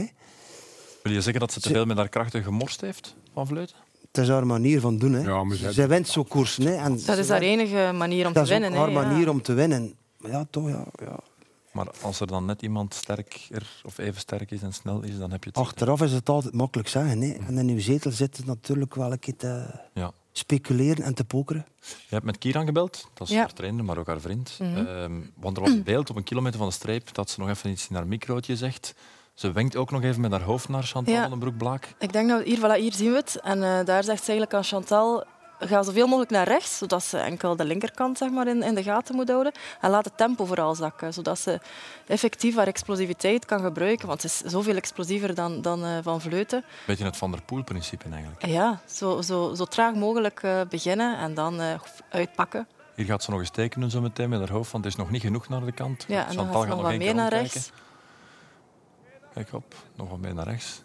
Speaker 2: Wil je zeggen dat ze te veel met haar krachten gemorst heeft, Van Vleuten?
Speaker 3: Het is haar manier van doen. Hè. Ja, zij, zij wint zo koersen. Hè. En
Speaker 6: dat is haar enige manier om te winnen.
Speaker 3: Dat is haar
Speaker 6: hè,
Speaker 3: manier
Speaker 6: ja.
Speaker 3: om te winnen. Maar ja, toch, ja... ja.
Speaker 2: Maar als er dan net iemand sterker of even sterk is en snel is, dan heb je het...
Speaker 3: Achteraf is het altijd makkelijk zeggen. Hè. En in uw zetel zit het natuurlijk wel een keer te
Speaker 2: ja.
Speaker 3: speculeren en te pokeren.
Speaker 2: Je hebt met Kieran gebeld, dat is ja. haar trainer, maar ook haar vriend. Mm-hmm. Um, want er was een beeld op een kilometer van de streep dat ze nog even iets in haar microotje zegt. Ze wenkt ook nog even met haar hoofd naar Chantal ja. van den Broek-Blaak.
Speaker 6: Ik denk dat hier, voilà, hier zien we het. En uh, daar zegt ze eigenlijk aan Chantal... Ga zoveel mogelijk naar rechts, zodat ze enkel de linkerkant zeg maar, in, in de gaten moet houden. En laat het tempo vooral zakken, zodat ze effectief haar explosiviteit kan gebruiken. Want ze is zoveel explosiever dan, dan uh, Van Vleuten.
Speaker 2: Beetje het Van der Poel-principe eigenlijk.
Speaker 6: Ja, zo, zo, zo traag mogelijk uh, beginnen en dan uh, uitpakken.
Speaker 2: Hier gaat ze nog eens tekenen zo meteen met haar hoofd, want het is nog niet genoeg naar de kant.
Speaker 6: Ja, en dan
Speaker 2: Chantal
Speaker 6: gaat ze nog wat
Speaker 2: één
Speaker 6: meer
Speaker 2: keer
Speaker 6: naar
Speaker 2: omkijken.
Speaker 6: rechts.
Speaker 2: Kijk op, nog wat meer naar rechts.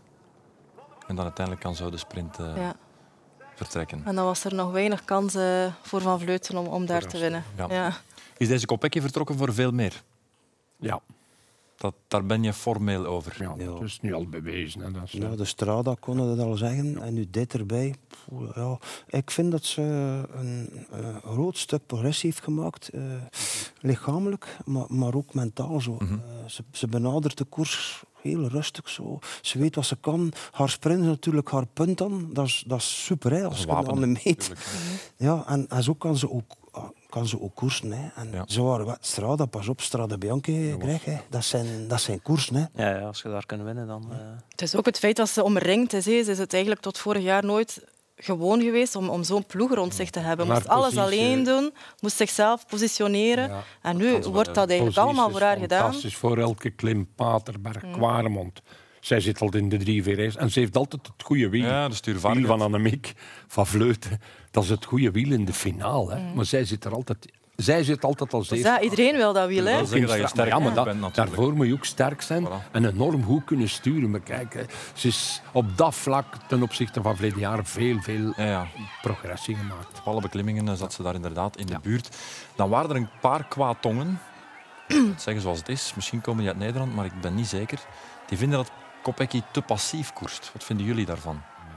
Speaker 2: En dan uiteindelijk kan zo de sprint uh,
Speaker 6: Ja.
Speaker 2: vertrekken.
Speaker 6: En dan was er nog weinig kans uh, voor Van Vleuten om, om daar te winnen.
Speaker 2: Ja.
Speaker 6: Ja.
Speaker 2: Is deze Kopecky vertrokken voor veel meer?
Speaker 4: Ja.
Speaker 2: Dat, daar ben je formeel over.
Speaker 4: Ja,
Speaker 3: Ja.
Speaker 4: dat is nu al bewezen. Hè. Dat is,
Speaker 3: Ja, de Strada konden dat al zeggen. En nu dit erbij. Poeh, ja. Ik vind dat ze een, een groot stuk progressie heeft gemaakt. Uh, lichamelijk, maar, maar ook mentaal. Zo.
Speaker 2: Mm-hmm.
Speaker 3: Uh, ze, ze benadert de koers heel rustig. Zo. Ze weet wat ze kan. Haar sprint is natuurlijk haar punt dan. Dat is, dat is super, hè, als je aan de meet. Ja, en, en zo kan ze ook kan ze ook koersen. Hè. En
Speaker 2: ja.
Speaker 3: zo waren we, Strada, pas op, Strade Bianche, krijg, hè. Dat, zijn, dat zijn koersen. Hè.
Speaker 5: Ja, ja, als je daar kunt winnen, dan... Uh...
Speaker 6: Het is ook het feit dat ze omringd is. Hè. Ze is het eigenlijk tot vorig jaar nooit gewoon geweest om, om zo'n ploeg rond zich te hebben. Moest
Speaker 4: maar
Speaker 6: alles
Speaker 4: precies,
Speaker 6: alleen doen, moest zichzelf positioneren. Ja, en nu wordt dat eigenlijk allemaal voor haar gedaan.
Speaker 4: Fantastisch voor elke klim, Paterberg, mm. Kwaremond. Zij zit al in de drie vier races en ze heeft altijd het goede wiel.
Speaker 2: Ja, de stuurvaardigheid.
Speaker 4: Wiel van Annemiek, van Vleuten. Dat is het goede wiel in de finale. Hè. Mm. Maar zij zit er altijd... Zij zit altijd als eerste.
Speaker 6: Dus ja, iedereen wil dat wiel. Hè?
Speaker 2: Dat zeggen dat je sterk
Speaker 4: ja, maar dat,
Speaker 2: bent,
Speaker 4: daarvoor moet je ook sterk zijn
Speaker 2: voilà.
Speaker 4: en enorm goed kunnen sturen. Maar kijk, ze is op dat vlak ten opzichte van verleden jaar veel, veel
Speaker 2: ja, ja.
Speaker 4: progressie gemaakt.
Speaker 2: Op alle beklimmingen zat ze daar inderdaad in de ja. buurt. Dan waren er een paar kwaadtongen. Het zeggen zoals het is. Misschien komen die uit Nederland, maar ik ben niet zeker. Die vinden dat Kopecky te passief koerst. Wat vinden jullie daarvan?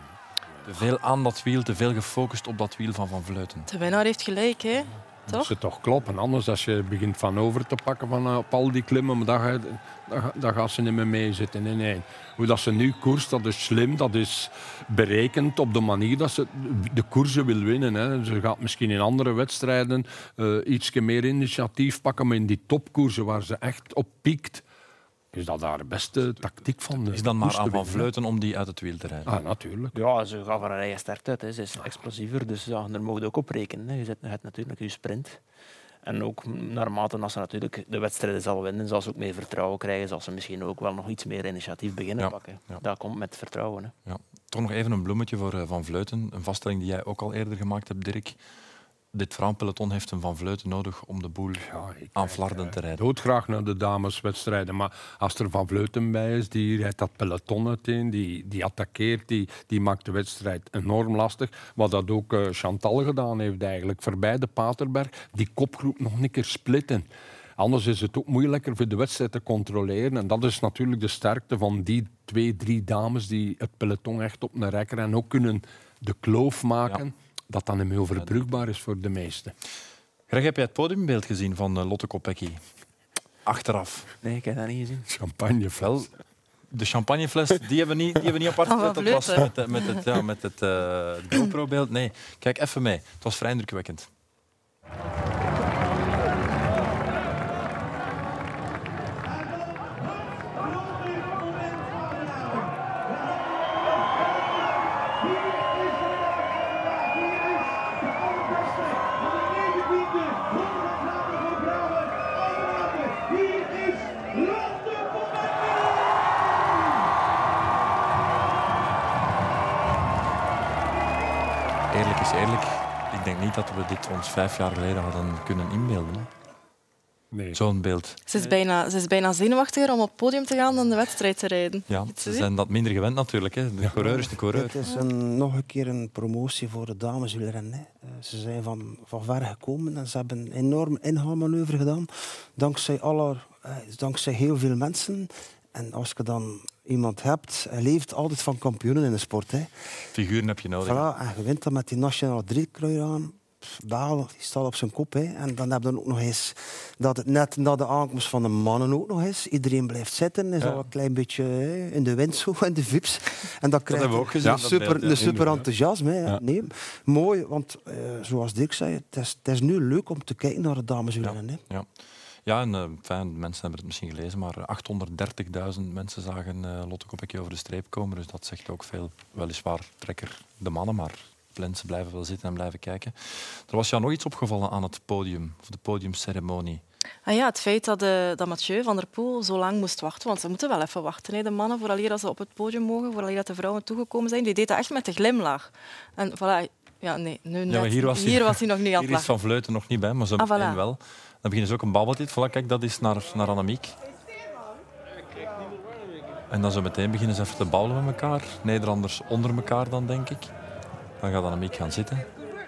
Speaker 2: Te veel aan dat wiel, te veel gefocust op dat wiel van Van Vleuten.
Speaker 6: De winnaar heeft gelijk, hè? Toch?
Speaker 4: Dat ze toch kloppen. Anders als je begint van over te pakken van, uh, op al die klimmen, maar dan, ga, dan, dan gaat ze niet meer meezitten. Nee, nee. Hoe dat ze nu koerst, dat is slim. Dat is berekend op de manier dat ze de koersen wil winnen. Hè. Ze gaat misschien in andere wedstrijden uh, iets meer initiatief pakken, maar in die topkoersen waar ze echt op piekt, is dat haar beste tactiek van.
Speaker 2: Is dan maar aan Van Vleuten om die uit het wiel te rijden?
Speaker 4: Ah, natuurlijk.
Speaker 5: Ja, ze gaat van haar eigen sterkte uit. Hè. Ze is explosiever, dus ja, daar moet je ook op rekenen. Hè. Je zet het natuurlijk je sprint. En ook naarmate als ze natuurlijk de wedstrijden zal winnen, zal ze ook meer vertrouwen krijgen. Zal ze misschien ook wel nog iets meer initiatief beginnen
Speaker 2: ja,
Speaker 5: pakken.
Speaker 2: Ja.
Speaker 5: Dat komt met vertrouwen. Hè.
Speaker 2: Ja. Toch nog even een bloemetje voor uh, Van Vleuten. Een vaststelling die jij ook al eerder gemaakt hebt, Dirk. Dit vrouwenpeloton heeft een Van Vleuten nodig om de boel ja, aan Vlaarden te rijden.
Speaker 4: Doodgraag naar de dameswedstrijden, maar als er Van Vleuten bij is, die rijdt dat peloton uiteen, die, die attaqueert, die, die maakt de wedstrijd enorm lastig. Wat dat ook uh, Chantal gedaan heeft eigenlijk, voorbij de Paterberg, die kopgroep nog een keer splitten. Anders is het ook moeilijker voor de wedstrijd te controleren. En dat is natuurlijk de sterkte van die twee, drie dames die het peloton echt op een rekker en ook kunnen de kloof maken. Ja. Dat dan niet meer overbrugbaar is voor de meesten.
Speaker 2: Greg, heb jij het podiumbeeld gezien van uh, Lotte Kopecky? Achteraf.
Speaker 5: Nee, ik heb dat niet gezien.
Speaker 4: Champagnefles.
Speaker 2: De champagnefles, die hebben we niet, die hebben we niet apart gezet. Dat was met, met het, ja, met het uh, GoPro-beeld. Nee, kijk even mee. Het was vrij indrukwekkend. Eerlijk is eerlijk. Ik denk niet dat we dit ons vijf jaar geleden hadden kunnen inbeelden.
Speaker 4: Nee.
Speaker 2: Zo'n beeld.
Speaker 6: Ze is, bijna, ze is bijna zenuwachtiger om op het podium te gaan dan de wedstrijd te rijden.
Speaker 2: Ja, ze zijn dat minder gewend natuurlijk. Hè. De ja. coureur is de coureur.
Speaker 3: Het is een, nog een keer een promotie voor de dameswielrennen. Uh, ze zijn van, van ver gekomen en ze hebben een enorm inhaalmanoeuvre gedaan. Dankzij, alle, uh, dankzij heel veel mensen. En als je dan iemand hebt, hij leeft altijd van kampioenen in de sport. Hè.
Speaker 2: Figuren heb je nodig.
Speaker 3: Voilà, en je wint dan met die nationale driekrui aan. Baal, die staat op zijn kop. Hè. En dan heb je ook nog eens dat het net na de aankomst van de mannen ook nog is. Iedereen blijft zitten, is ja. al een klein beetje hè, in de wind zo, in de vips. En dan krijg je
Speaker 2: gezien,
Speaker 3: een super, beeld, ja. een super enthousiasme. Hè.
Speaker 2: Ja.
Speaker 3: Nee, mooi, want uh, zoals Dirk zei, het is, het is nu leuk om te kijken naar de dameswielrennen.
Speaker 2: Ja. Ja. Ja, en uh, fijn, mensen hebben het misschien gelezen, maar achthonderddertigduizend mensen zagen uh, Lotte Kopecky over de streep komen. Dus dat zegt ook veel. Weliswaar trekker de mannen, maar mensen blijven wel zitten en blijven kijken. Er was jou nog iets opgevallen aan het podium, of de podiumceremonie.
Speaker 6: Ah ja, het feit dat, uh, dat Mathieu van der Poel zo lang moest wachten, want ze moeten wel even wachten, hè, de mannen, vooraleer dat ze op het podium mogen, vooraleer dat de vrouwen toegekomen zijn. Die deed dat echt met de glimlach. En voilà, Ja, nee, nu net.
Speaker 2: Ja, maar hier was hij,
Speaker 6: hier was hij nog niet aan het
Speaker 2: Hier is
Speaker 6: lachen.
Speaker 2: Van Vleuten nog niet bij, maar zo
Speaker 6: Ah,
Speaker 2: meteen
Speaker 6: voilà.
Speaker 2: wel. Dan beginnen ze ook een babbeltijd. Voilà, kijk, dat is naar, naar Annemiek. En dan zo meteen beginnen ze even te babbelen met elkaar. Nederlanders onder elkaar dan, denk ik. Dan gaat Annemiek gaan zitten.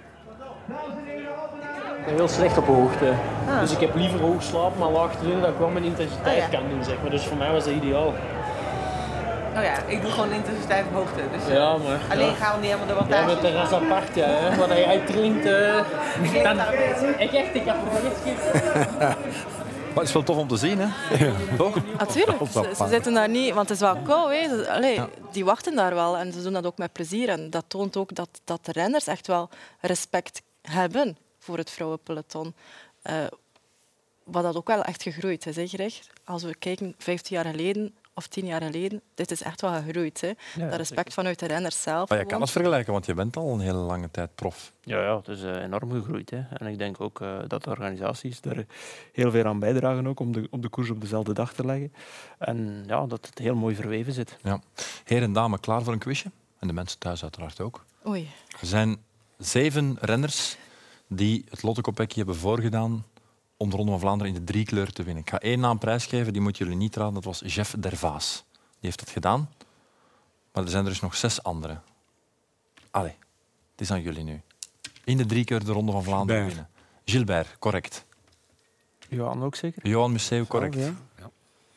Speaker 7: Ik ben heel slecht op hoogte. Ah. Dus ik heb liever hoog slapen, maar laag erin dat ik wel mijn intensiteit ah, ja. kan doen. Zeg maar. Dus voor mij was dat ideaal.
Speaker 8: Nou ja, ik doe gewoon intensiteit op hoogte. Dus
Speaker 7: ja, maar,
Speaker 8: alleen
Speaker 7: ja.
Speaker 8: gaan we niet helemaal de wattage.
Speaker 7: Ja, met de ras apart, ja. Hè. Wat jij traint. Uh, dan... Ik echt, ik heb er
Speaker 2: Maar het is wel tof om te zien, hè? Ja. Toch?
Speaker 6: Natuurlijk, ze, ze zitten daar niet, want het is wel koud. Hè. Ze, allee, ja. Die wachten daar wel en ze doen dat ook met plezier. En dat toont ook dat, dat de renners echt wel respect hebben voor het vrouwenpeloton. Uh, wat dat ook wel echt gegroeid is, hè, Gerecht? Als we kijken, vijftien jaar geleden of tien jaar geleden, dit is echt wel gegroeid. Hè. Ja, dat respect vanuit de renners zelf.
Speaker 2: Maar je kan het vergelijken, want je bent al een hele lange tijd prof.
Speaker 5: Ja, ja, het is uh, enorm gegroeid. Hè. En ik denk ook uh, dat de organisaties daar heel veel aan bijdragen ook om de, om de koers op dezelfde dag te leggen. En ja, dat het heel mooi verweven zit.
Speaker 2: Ja. Heer en dame, klaar voor een quizje? En de mensen thuis uiteraard ook.
Speaker 6: Oei.
Speaker 2: Er zijn zeven renners die het Lotte Kopecky hebben voorgedaan om de Ronde van Vlaanderen in de drie kleur te winnen. Ik ga één naam prijsgeven, die moeten jullie niet raden. Dat was Jeff Dervaas. Die heeft dat gedaan. Maar er zijn er dus nog zes anderen. Allee, het is aan jullie nu. In de drie keer de Ronde van Vlaanderen winnen. Gilbert, correct.
Speaker 5: Johan ook zeker?
Speaker 2: Johan Museeuw, correct. Oh, ja. Ja.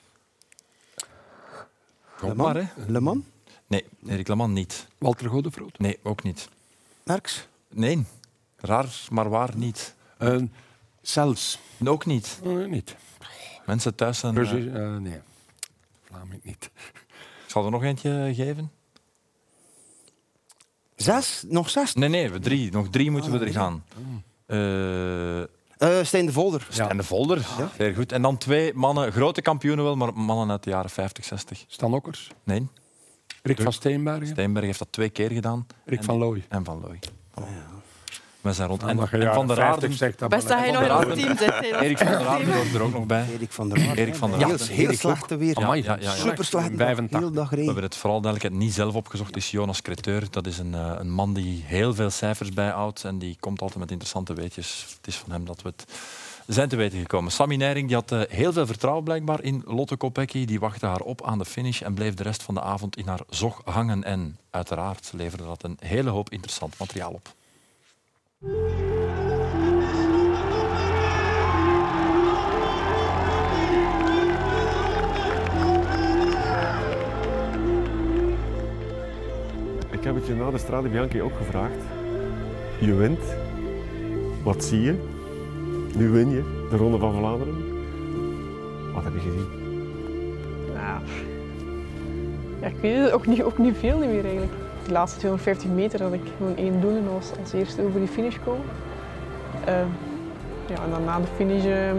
Speaker 2: Kom maar, hè.
Speaker 3: Le Mans?
Speaker 2: Nee, Erik Le Mans niet.
Speaker 4: Walter Godefroot?
Speaker 2: Nee, ook niet.
Speaker 3: Merckx?
Speaker 2: Nee, raar, maar waar niet.
Speaker 4: Uh, Zelfs?
Speaker 2: Ook niet.
Speaker 4: Uh, niet.
Speaker 2: Mensen thuis zijn...
Speaker 4: Precies, uh, nee, Vlaming niet.
Speaker 2: Zal er nog eentje geven?
Speaker 3: Zes? Nog zes?
Speaker 2: Nee, nee, we drie. Nog drie moeten ah, we er gaan. Uh,
Speaker 3: uh, Stijn de Volder.
Speaker 2: Stijn de Volder, ja. Zeer goed. En dan twee mannen, grote kampioenen wel, maar mannen uit de jaren vijftig, zestig.
Speaker 4: Stan Okkers?
Speaker 2: Nee.
Speaker 4: Rick van Steenbergen?
Speaker 2: Steenbergen heeft dat twee keer gedaan.
Speaker 4: Rick
Speaker 2: en,
Speaker 4: van Looy.
Speaker 2: En Van Looy. Oh, ja. We zijn rond.
Speaker 4: En,
Speaker 2: en, en Van der Aarden...
Speaker 6: Best dat hij nog in ons team zit.
Speaker 2: Erik van der Aarden hoort er ook nog bij.
Speaker 3: Erik van der Aarden.
Speaker 2: Erik van der Aarden.
Speaker 3: Ja, heel slechte weer.
Speaker 2: Ja, ja, ja, ja.
Speaker 3: Super slechte dag.
Speaker 2: We hebben het vooral duidelijkheid niet zelf opgezocht. Het is Jonas Creteur. Dat is een, uh, een man die heel veel cijfers bijhoudt. En die komt altijd met interessante weetjes. Het is van hem dat we het zijn te weten gekomen. Sammy Nijring die had uh, heel veel vertrouwen blijkbaar in Lotte Kopecky. Die wachtte haar op aan de finish en bleef de rest van de avond in haar zog hangen. En uiteraard leverde dat een hele hoop interessant materiaal op.
Speaker 9: Ik heb het je na de Strade Bianchi ook gevraagd. Je wint. Wat zie je? Nu win je de Ronde van Vlaanderen. Wat heb je gezien?
Speaker 10: Nou, ja, ik weet het ook niet, ook niet veel niet meer eigenlijk. De laatste tweehonderdvijftig meter had ik gewoon één doel en dat was als eerste over die finish komen. Uh, ja, en dan na de finish, uh,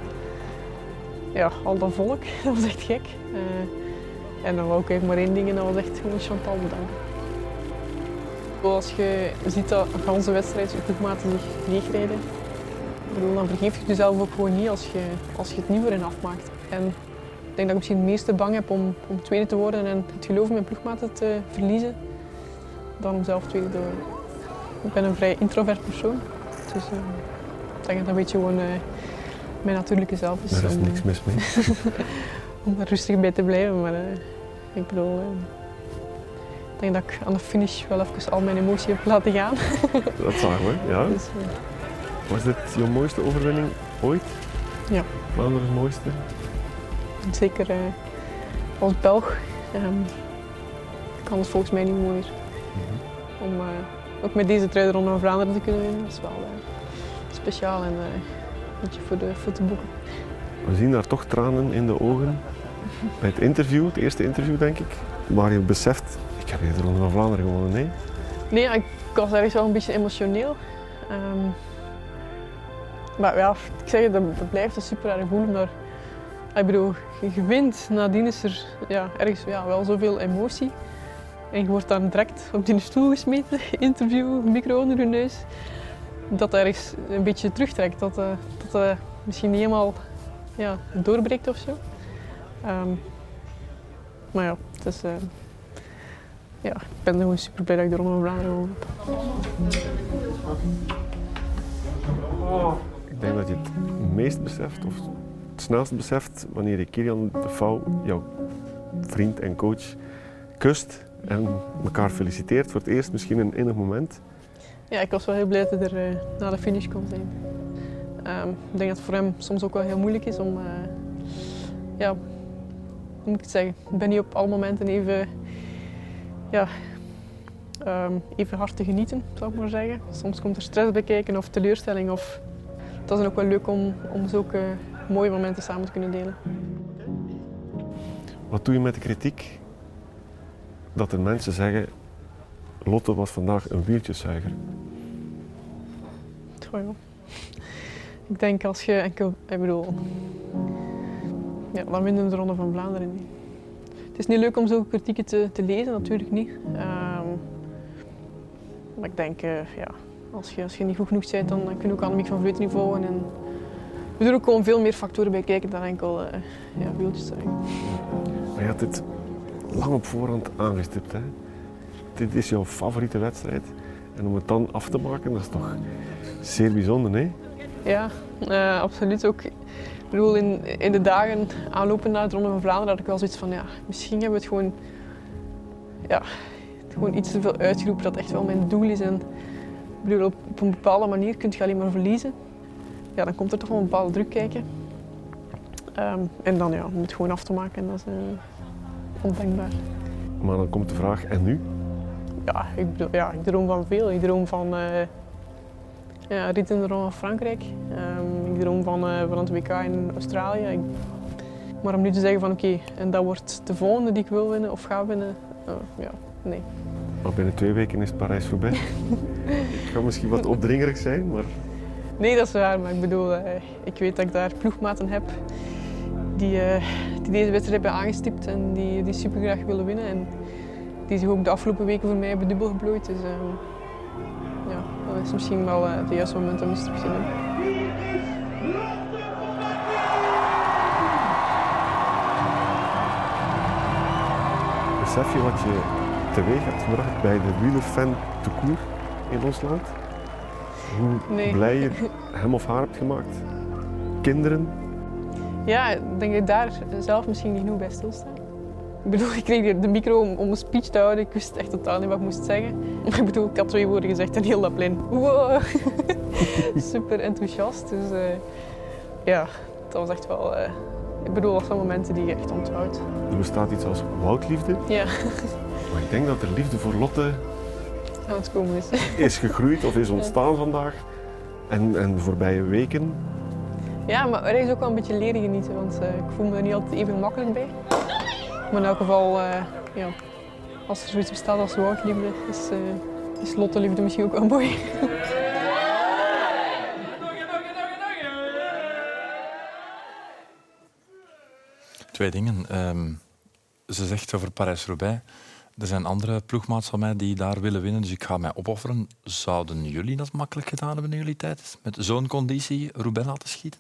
Speaker 10: ja, al dat volk, dat was echt gek. Uh, en dan wou ik eigenlijk maar één ding en dat was echt gewoon Chantal bedanken. Als je ziet dat een ganse wedstrijd je ploegmaten zich leegrijden, dan vergeef je jezelf ook gewoon niet als je, als je het niet voor hen afmaakt. En ik denk dat ik misschien het meeste bang heb om, om tweede te worden en het geloof in mijn ploegmaten te verliezen, dan om zelf tweede te worden. Ik ben een vrij introvert persoon, dus uh, ik denk dat dat een beetje gewoon uh, mijn natuurlijke zelf is.
Speaker 9: Daar is
Speaker 10: om,
Speaker 9: niks mis mee.
Speaker 10: om er rustig bij te blijven, maar uh, ik bedoel... Uh, Ik denk dat ik aan de finish wel even al mijn emotie heb laten gaan.
Speaker 9: Dat zagen we, ja. Dus, uh... Was dit je mooiste overwinning ooit?
Speaker 10: Ja.
Speaker 9: Vlaanderen's mooiste?
Speaker 10: Zeker uh, als Belg um, kan het volgens mij niet mooier. Mm-hmm. Om uh, ook met deze trui de Ronde van Vlaanderen te kunnen winnen, dat is wel uh, speciaal en uh, een beetje voor de, voor de boeken.
Speaker 9: We zien daar toch tranen in de ogen bij het interview, het eerste interview denk ik. Maar je beseft, ik heb hier de Ronde van Vlaanderen gewonnen, nee?
Speaker 10: Nee, ik was ergens wel een beetje emotioneel. Um, maar ja, ik zeg het, dat, dat blijft een super erg gevoel. Maar ik bedoel, je wint, nadien is er ja, ergens ja, wel zoveel emotie. En je wordt dan direct op die stoel gesmeten, interview, micro onder je neus. Dat dat ergens een beetje terugtrekt, dat uh, dat uh, misschien niet helemaal ja, doorbreekt of zo. Um, maar ja, het is... Uh, ja, ik ben gewoon super blij dat ik de Ronde van Vlaanderen gewonnen heb.
Speaker 9: Ik denk dat je het meest beseft, of het snelst beseft, wanneer je Kilian de Fouw, jouw vriend en coach, kust en elkaar feliciteert voor het eerst, misschien een innig moment.
Speaker 10: Ja, ik was wel heel blij dat hij er uh, na de finish kon zijn. Um, ik denk dat het voor hem soms ook wel heel moeilijk is om, uh, ja, hoe moet ik het zeggen, ik ben niet op alle momenten even, ja, um, even hard te genieten, zou ik maar zeggen. Soms komt er stress bij kijken of teleurstelling. Of... Dat is dan ook wel leuk om, om zulke mooie momenten samen te kunnen delen.
Speaker 9: Wat doe je met de kritiek dat er mensen zeggen, Lotte was vandaag een wieltjeszuiger?
Speaker 10: Goh, ja. Ik denk als je enkel, ik bedoel, ja, dan winnen de Ronde van Vlaanderen niet. Het is niet leuk om zulke kritieken te, te lezen, natuurlijk niet. Um, maar ik denk, uh, ja, als je, als je niet goed genoeg bent, dan kun je ook Annemiek van Vleuten niet volgen. En er er ook gewoon veel meer factoren bij kijken dan enkel uh, ja, wieltjeszuigen.
Speaker 9: Maar je had dit lang op voorhand aangestipt, hè? Dit is jouw favoriete wedstrijd. En om het dan af te maken, dat is toch zeer bijzonder, hè?
Speaker 10: Ja, uh, absoluut ook. Ik bedoel, in, in de dagen aanlopen naar het Ronde van Vlaanderen had ik wel zoiets van, ja, misschien hebben we het gewoon, ja, gewoon iets te veel uitgeroepen dat echt wel mijn doel is. En, ik bedoel, op, op een bepaalde manier kun je alleen maar verliezen. Ja, dan komt er toch wel een bepaalde druk kijken. Um, en dan ja, om het gewoon af te maken, en dat is uh, ondenkbaar.
Speaker 9: Maar dan komt de vraag, en nu?
Speaker 10: Ja, ik, bedoel, ja, ik droom van veel. Ik droom van uh, ja, rit in de Ronde van Frankrijk. Um, ik droom van, uh, van het W K in Australië. Ik, maar om nu te zeggen van oké, okay, en dat wordt de volgende die ik wil winnen of ga winnen, uh, ja, nee.
Speaker 9: Maar binnen twee weken is Parijs-Roubaix. Ik ga misschien wat opdringerig zijn, maar...
Speaker 10: Nee, dat is waar, maar ik bedoel, uh, ik weet dat ik daar ploegmaten heb die, uh, die deze wedstrijd hebben aangestipt en die, die super graag willen winnen. En die zich ook de afgelopen weken voor mij hebben dubbel geplooid. Dus uh, ja, dat is misschien wel uh, het juiste moment om eens terug te doen.
Speaker 9: Besef je wat je teweeg hebt gebracht bij de wielerfan te koer in ons land? Hoe
Speaker 10: nee.
Speaker 9: blij je hem of haar hebt gemaakt? Kinderen?
Speaker 10: Ja, ik denk dat ik daar zelf misschien niet genoeg bij stilsta. Ik bedoel, ik kreeg de micro om, om een speech te houden. Ik wist echt totaal niet wat ik moest zeggen. Maar ik bedoel, ik had twee woorden gezegd en heel dat plein. Wow. Super enthousiast. Dus uh, ja, dat was echt wel... Uh, ik bedoel, dat zijn momenten die je echt onthoudt.
Speaker 9: Er bestaat iets als woudliefde.
Speaker 10: Ja.
Speaker 9: Maar ik denk dat er liefde voor Lotte
Speaker 10: aan het komen is.
Speaker 9: is gegroeid of is ontstaan ja. vandaag. En, en de voorbije weken.
Speaker 10: Ja, maar er is ook wel een beetje leren genieten, want uh, ik voel me er niet altijd even gemakkelijk bij. Maar in elk geval, uh, ja, als er zoiets bestaat als woudliefde, is, uh, is Lotte-liefde misschien ook wel mooi.
Speaker 2: Twee dingen. Um, ze zegt over Parijs-Roubaix. Er zijn andere ploegmaats van mij die daar willen winnen, dus ik ga mij opofferen. Zouden jullie dat makkelijk gedaan hebben in jullie tijd? Met zo'n conditie Roubaix laten schieten?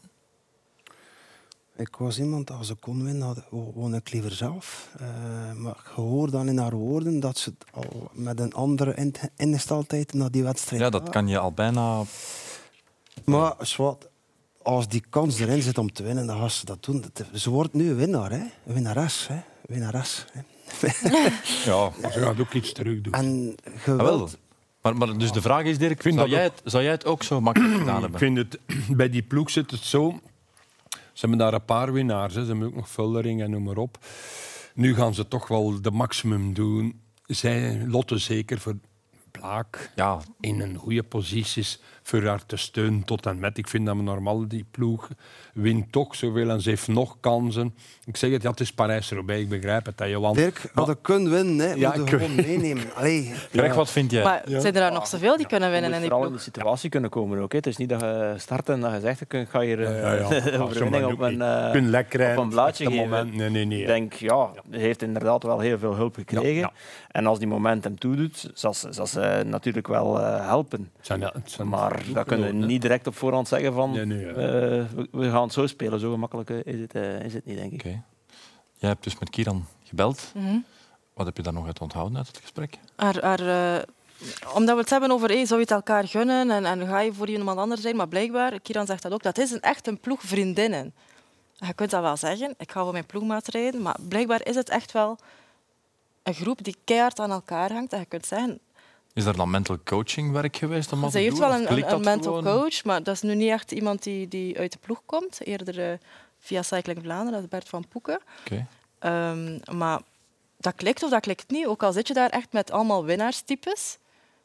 Speaker 3: Ik was iemand, als ze kon winnen, won ik liever zelf. Uh, maar ik hoor dan in haar woorden dat ze al met een andere ingesteldheid naar die wedstrijd
Speaker 2: Ja, dat kan je al bijna...
Speaker 3: Maar zwart, als die kans erin zit om te winnen, dan gaan ze dat doen. Ze wordt nu een winnaar, hè? Een winnares. Hè? Winnares, hè?
Speaker 4: Ja, ze gaat ook iets terug doen.
Speaker 3: En
Speaker 2: geweld. Maar, maar dus de vraag is, Dirk, zou jij, het, zou jij het ook zo makkelijk gedaan hebben?
Speaker 4: Ik vind het, bij die ploeg zit het zo... Ze hebben daar een paar winnaars, hè. Ze hebben ook nog Vullering en noem maar op. Nu gaan ze toch wel de maximum doen. Zij, Lotte zeker, voor Blaak ja. in een goede positie is voor haar te steunen tot en met. Ik vind dat we normaal die ploeg wint toch zoveel en ze heeft nog kansen. Ik zeg het, ja, het is Parijs-Roubaix, ik begrijp het. Johan.
Speaker 3: Dirk, had ik kunnen winnen, hè.
Speaker 4: Ja,
Speaker 3: moet je gewoon meenemen. Allee.
Speaker 2: Greg, ja. Wat vind jij?
Speaker 6: Maar ja. Zijn er daar nog zoveel die kunnen winnen?
Speaker 5: Je moet vooral in die situatie kunnen komen ook. Hè. Het is niet dat je start en dat je zegt, ik ga hier uh, ja, ja, ja. overwinning op een, uh, op een blaadje geven.
Speaker 4: Moment. Nee, nee, nee,
Speaker 5: ik denk, ja, hij heeft inderdaad wel heel veel hulp gekregen. Ja, ja. En als die moment hem toedoet, zal ze, zal ze natuurlijk wel uh, helpen.
Speaker 4: Zijn, ja, zijn
Speaker 5: maar dat kunnen we niet direct op voorhand zeggen van nee, nee, ja. uh, we, we gaan het zo spelen. Zo gemakkelijk is het, uh, is het niet, denk ik.
Speaker 2: Okay. Jij hebt dus met Kieran gebeld.
Speaker 6: Mm-hmm.
Speaker 2: Wat heb je daar nog uit onthouden uit het gesprek?
Speaker 6: Haar, haar, uh, omdat we het hebben over, hey, zou je het elkaar gunnen en, en ga je voor iemand anders zijn? Maar blijkbaar, Kieran zegt dat ook, dat is een, echt een ploeg vriendinnen. Je kunt dat wel zeggen, ik ga voor mijn ploegmaat rijden, maar blijkbaar is het echt wel een groep die keihard aan elkaar hangt. En je kunt zeggen...
Speaker 2: Is er dan mental coaching werk geweest om dat te
Speaker 6: doen? Ze heeft wel een, een, een mental
Speaker 2: gewoon?
Speaker 6: coach, maar dat is nu niet echt iemand die, die uit de ploeg komt. Eerder uh, via Cycling Vlaanderen, dat is Bert van Poeken.
Speaker 2: Okay.
Speaker 6: Um, maar dat klikt of dat klikt niet, ook al zit je daar echt met allemaal winnaarstypes.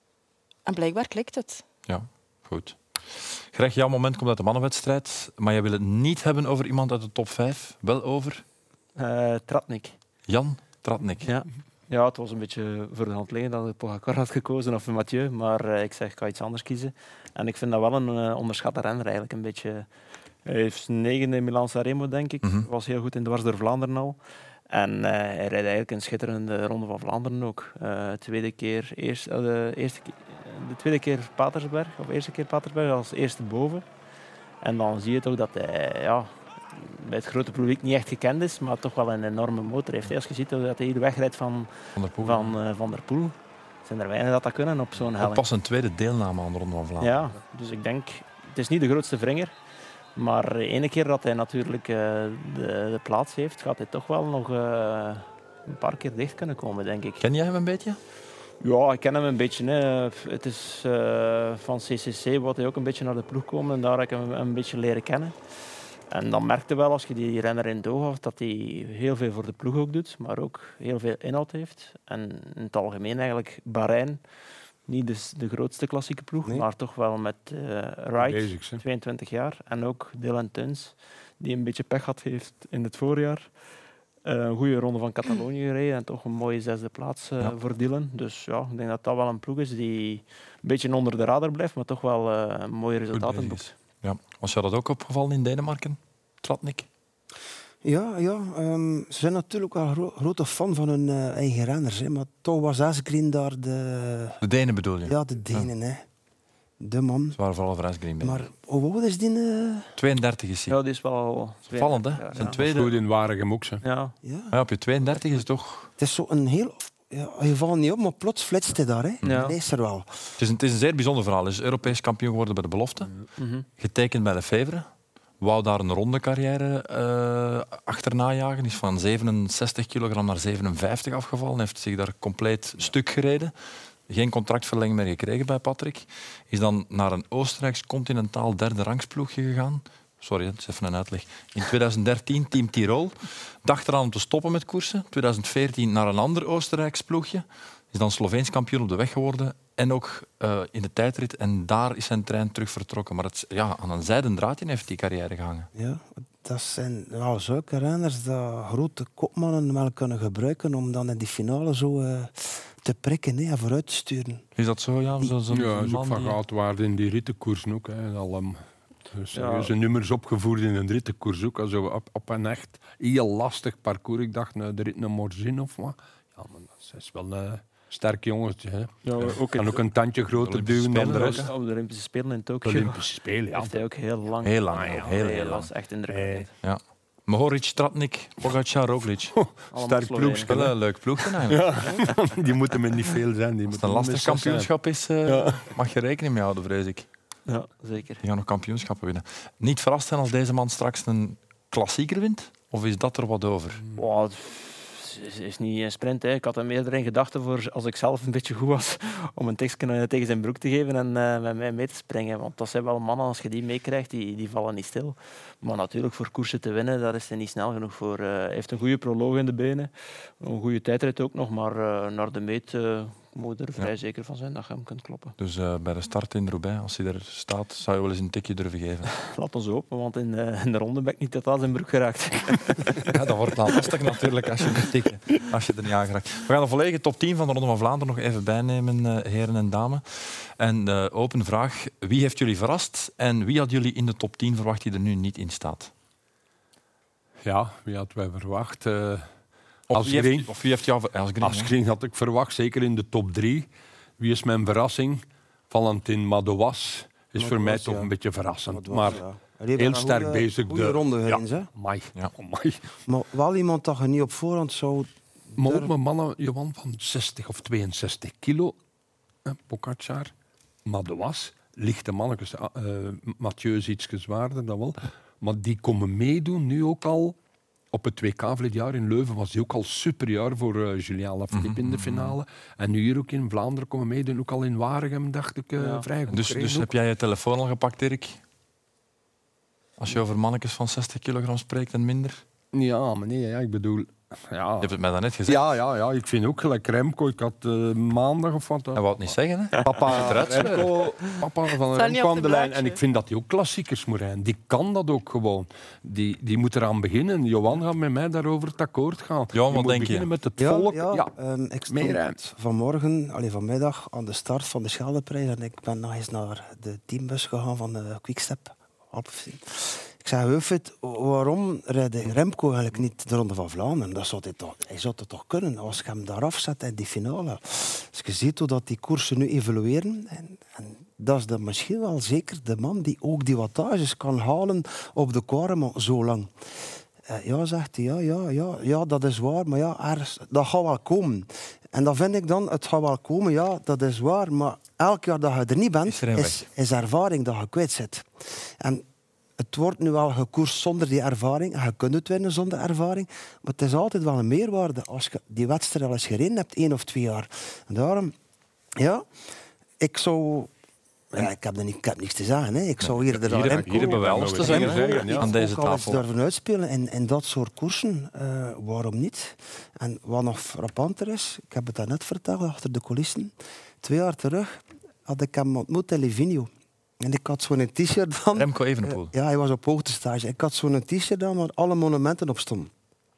Speaker 6: En blijkbaar klikt het.
Speaker 2: Ja, goed. Greg, jouw moment komt uit de mannenwedstrijd, maar jij wil het niet hebben over iemand uit de top vijf. Wel over?
Speaker 5: Uh, Tratnik.
Speaker 2: Jan Tratnik.
Speaker 5: Ja. Ja, het was een beetje voor de hand liggend dat ik Pogacar had gekozen of Mathieu, maar uh, ik zeg, ik ga iets anders kiezen. En ik vind dat wel een uh, onderschatte renner eigenlijk. Een beetje, hij heeft negende in Milan-San Remo, denk ik.
Speaker 2: Mm-hmm.
Speaker 5: Was heel goed in dwars door Vlaanderen al. En uh, hij rijdt eigenlijk een schitterende Ronde van Vlaanderen ook. Uh, tweede keer, eerst, uh, de, eerste, de tweede keer Patersberg, of eerste keer Patersberg als eerste boven. En dan zie je toch dat hij ja, bij het grote publiek niet echt gekend is, maar toch wel een enorme motor heeft. Als je ziet dat hij hier wegrijdt van
Speaker 2: Van der Poel,
Speaker 5: van, uh, van der Poel zijn er weinig dat dat kunnen op zo'n helling.
Speaker 2: Pas een tweede deelname aan de Ronde van Vlaanderen.
Speaker 5: Ja, dus ik denk, het is niet de grootste vringer. Maar de ene keer dat hij natuurlijk uh, de, de plaats heeft, gaat hij toch wel nog uh, een paar keer dicht kunnen komen, denk ik.
Speaker 2: Ken jij hem een beetje?
Speaker 5: Ja, ik ken hem een beetje. Hè. Het is uh, van C C C wat hij ook een beetje naar de ploeg komen en daar heb ik hem een beetje leren kennen. En dan merkte wel, als je die renner in doog had, dat hij heel veel voor de ploeg ook doet, maar ook heel veel inhoud heeft. En in het algemeen eigenlijk Bahrein, niet de, de grootste klassieke ploeg, nee. maar toch wel met uh, Wright, tweeëntwintig jaar. En ook Dylan Teuns, die een beetje pech had heeft in het voorjaar. Uh, een goede ronde van Catalonië gereden en toch een mooie zesde plaats uh, ja. voor Dylan. Dus ja, ik denk dat dat wel een ploeg is die een beetje onder de radar blijft, maar toch wel uh, mooie resultaten boekt.
Speaker 2: Ja. Was jou dat ook opgevallen in Denemarken, Tratnik?
Speaker 3: Ja, ja um, ze zijn natuurlijk wel gro- grote fan van hun uh, eigen renners. Hè, maar toch was Asgreen daar de...
Speaker 2: De Denen bedoel je?
Speaker 3: Ja, de Denen. Ja. Hè. De man.
Speaker 2: Ze waren vooral voor Asgreen.
Speaker 3: Maar hoe oud is die? Uh...
Speaker 2: tweeëndertig is hij.
Speaker 5: Ja, die is wel...
Speaker 2: Vallend, hè?
Speaker 5: Ja,
Speaker 2: Zijn
Speaker 5: ja.
Speaker 2: tweede...
Speaker 4: Goed in Waregem ook, hè.
Speaker 5: Ja.
Speaker 3: Ja.
Speaker 2: Ja, op je tweeëndertig is het toch...
Speaker 3: Het is zo een heel... Ja, je valt niet op, maar plots flitst hij daar. Hè.
Speaker 5: Ja.
Speaker 3: Lees er wel.
Speaker 2: Het is, een, het is een zeer bijzonder verhaal. Hij is Europees kampioen geworden bij de belofte.
Speaker 5: Mm-hmm.
Speaker 2: Getekend bij Lefevre. Wou daar een ronde carrière uh, achterna jagen. Is van zevenenzestig kilogram naar zevenenvijftig afgevallen. Heeft zich daar compleet stuk gereden. Geen contractverlenging meer gekregen bij Patrick. Is dan naar een Oostenrijks continentaal derde rangsploegje gegaan. Sorry, dat is even een uitleg. In twintig dertien Team Tirol. Dacht eraan om te stoppen met koersen. twintig veertien naar een ander Oostenrijks ploegje. Is dan Sloveens kampioen op de weg geworden. En ook uh, in de tijdrit. En daar is zijn trein terug vertrokken. Maar het, ja, aan een zijden draadje heeft die carrière gehangen.
Speaker 3: Ja, dat zijn nou, zulke renners dat grote kopmannen wel kunnen gebruiken om dan in die finale zo uh, te prikken hè, en vooruit te sturen.
Speaker 2: Is dat zo? Ja, zo, zo
Speaker 4: ja, is ook van
Speaker 2: die...
Speaker 4: goudwaarde in die rittenkoersen ook. Hè. Al, um, dus
Speaker 5: ja.
Speaker 4: zijn nummers opgevoerd in een rittenkoers ook. Also op, op een echt heel lastig parcours. Ik dacht, nou, de rit naar Morzin of wat. Ja, maar dat is wel een sterk jongetje. Hè.
Speaker 5: Ja, ook
Speaker 4: kan ook een tandje groter duwen dan de rest.
Speaker 5: Op de Olympische Spelen in Tokio.
Speaker 4: Olympische Spelen, ja.
Speaker 5: Heeft hij ook heel lang.
Speaker 2: Heel lang.
Speaker 5: Ah, ja,
Speaker 2: heel, heel
Speaker 5: dat
Speaker 2: lang.
Speaker 5: was echt indrukwekkend.
Speaker 2: Ja. Mohoric, Tratnik, Pogacar, Roglic.
Speaker 4: Sterk ploegje.
Speaker 2: Wel een leuk ploegje eigenlijk.
Speaker 4: Ja. Die moeten me niet veel zijn. Die
Speaker 2: Als het een lastig kampioenschap is, uh, ja. mag je rekening mee houden, vrees ik.
Speaker 5: Ja, zeker.
Speaker 2: Die gaan nog kampioenschappen winnen. Niet verrast zijn als deze man straks een klassieker wint? Of is dat er wat over?
Speaker 5: Wow, het is niet een sprint. Hè. Ik had er meer in gedachten voor als ik zelf een beetje goed was om een tekstje tegen zijn broek te geven en uh, met mij mee te springen. Want dat zijn wel mannen, als je die meekrijgt, die, die vallen niet stil. Maar natuurlijk, voor koersen te winnen, daar is hij niet snel genoeg voor. Uh, hij heeft een goede proloog in de benen. Een goede tijdrit ook nog, maar uh, naar de meet uh, moet er vrij ja. zeker van zijn dat je hem kunt kloppen.
Speaker 2: Dus uh, bij de start in Roubaix, als hij er staat, zou je wel eens een tikje durven geven?
Speaker 5: Laat ons hopen, want in, uh, in de ronde ben ik niet totaal zijn broek geraakt.
Speaker 2: Ja, dat wordt dan lastig natuurlijk als je moet tikken, als je er niet aan geraakt. We gaan de volledige top tien van de Ronde van Vlaanderen nog even bijnemen, uh, heren en dames. En de open vraag, wie heeft jullie verrast en wie had jullie in de top tien verwacht die er nu niet in staat?
Speaker 4: Ja, wie hadden wij verwacht? Uh,
Speaker 2: Of wie, heeft, of wie heeft jou Asgreen?
Speaker 4: Asgreen had ik verwacht, zeker in de top drie. Wie is mijn verrassing? Valentin Madouas is Madouas, voor mij toch ja. een beetje verrassend. Madouas, maar ja. heel sterk bezig.
Speaker 3: Goede ronde
Speaker 4: ja,
Speaker 3: eens, hè?
Speaker 4: Amai.
Speaker 2: Ja.
Speaker 4: Amai.
Speaker 3: Maar wel iemand dat je niet op voorhand zou
Speaker 4: Maar ook met mannen, Johan, van zestig of tweeënzestig kilo, eh, Pogačar. Maar dat was lichte mannetjes. Uh, Mathieu is iets zwaarder, dat wel. Maar die komen meedoen, nu ook al. Op het W K vorig jaar in Leuven was hij ook al superieur voor uh, Julien Lafilippe mm-hmm. in de finale. En nu hier ook in Vlaanderen komen meedoen, ook al in Waregem, dacht ik, uh, ja. vrij goed.
Speaker 2: Dus, dus heb jij je telefoon al gepakt, Erik? Als je over mannetjes van zestig kilogram spreekt en minder?
Speaker 4: Ja, maar nee, ja, ik bedoel... Ja.
Speaker 2: Je hebt het mij daarnet gezegd.
Speaker 4: Ja, ja, ja, ik vind ook gelijk Remco. Ik had uh, maandag of wat...
Speaker 2: Hij wou het niet zeggen, hè?
Speaker 4: Papa, Remco, papa van Remco aan de lijn. En ik vind dat hij ook klassiekers moet rijden. Die kan dat ook gewoon. Die, die moet eraan beginnen. Johan gaat met mij daarover het akkoord gaan.
Speaker 2: Johan, wat denk
Speaker 4: beginnen
Speaker 2: je?
Speaker 4: Met het
Speaker 3: ja,
Speaker 4: volk.
Speaker 3: Ja,
Speaker 4: ja.
Speaker 3: Um, ik stond vanmorgen, allee, vanmiddag, aan de start van de Scheldeprijs. En ik ben nog eens naar de teambus gegaan van de Quickstep. Ik zei, Wilfried, waarom rijdt Remco eigenlijk niet de Ronde van Vlaanderen? Dat zou hij, toch, hij zou het toch kunnen als je hem daar afzet in die finale. Dus je ziet hoe dat die koersen nu evolueren. En, en dat is dan misschien wel zeker de man die ook die wattages kan halen op de Kwaremont zo lang. Uh, ja, zegt hij, ja, ja, ja, ja, dat is waar, maar ja, ergens, dat gaat wel komen. En dan vind ik dan, het gaat wel komen, ja, dat is waar, maar elk jaar dat je er niet bent, is, er is, is ervaring dat je kwijt zit. En het wordt nu wel gekoerst zonder die ervaring. En je kunt het winnen zonder ervaring. Maar het is altijd wel een meerwaarde als je die wedstrijd al eens gereden hebt, één of twee jaar. En daarom, ja, ik zou... Ja, ik, heb er niet, ik heb niks te zeggen. Hè. Ik zou hier, hier,
Speaker 2: hier, hier hebben we alles te zeggen, zeggen ja. aan deze tafel.
Speaker 3: Durven uitspelen in, in dat soort koersen. Uh, waarom niet? En wat nog frappanter is, ik heb het daarnet verteld, achter de coulissen. Twee jaar terug had ik hem ontmoet in Livigno. En ik had zo'n t-shirt aan.
Speaker 2: Remco Evenepoel.
Speaker 3: Uh, ja, hij was op hoogtestage. Ik had zo'n t-shirt aan waar alle monumenten op stonden.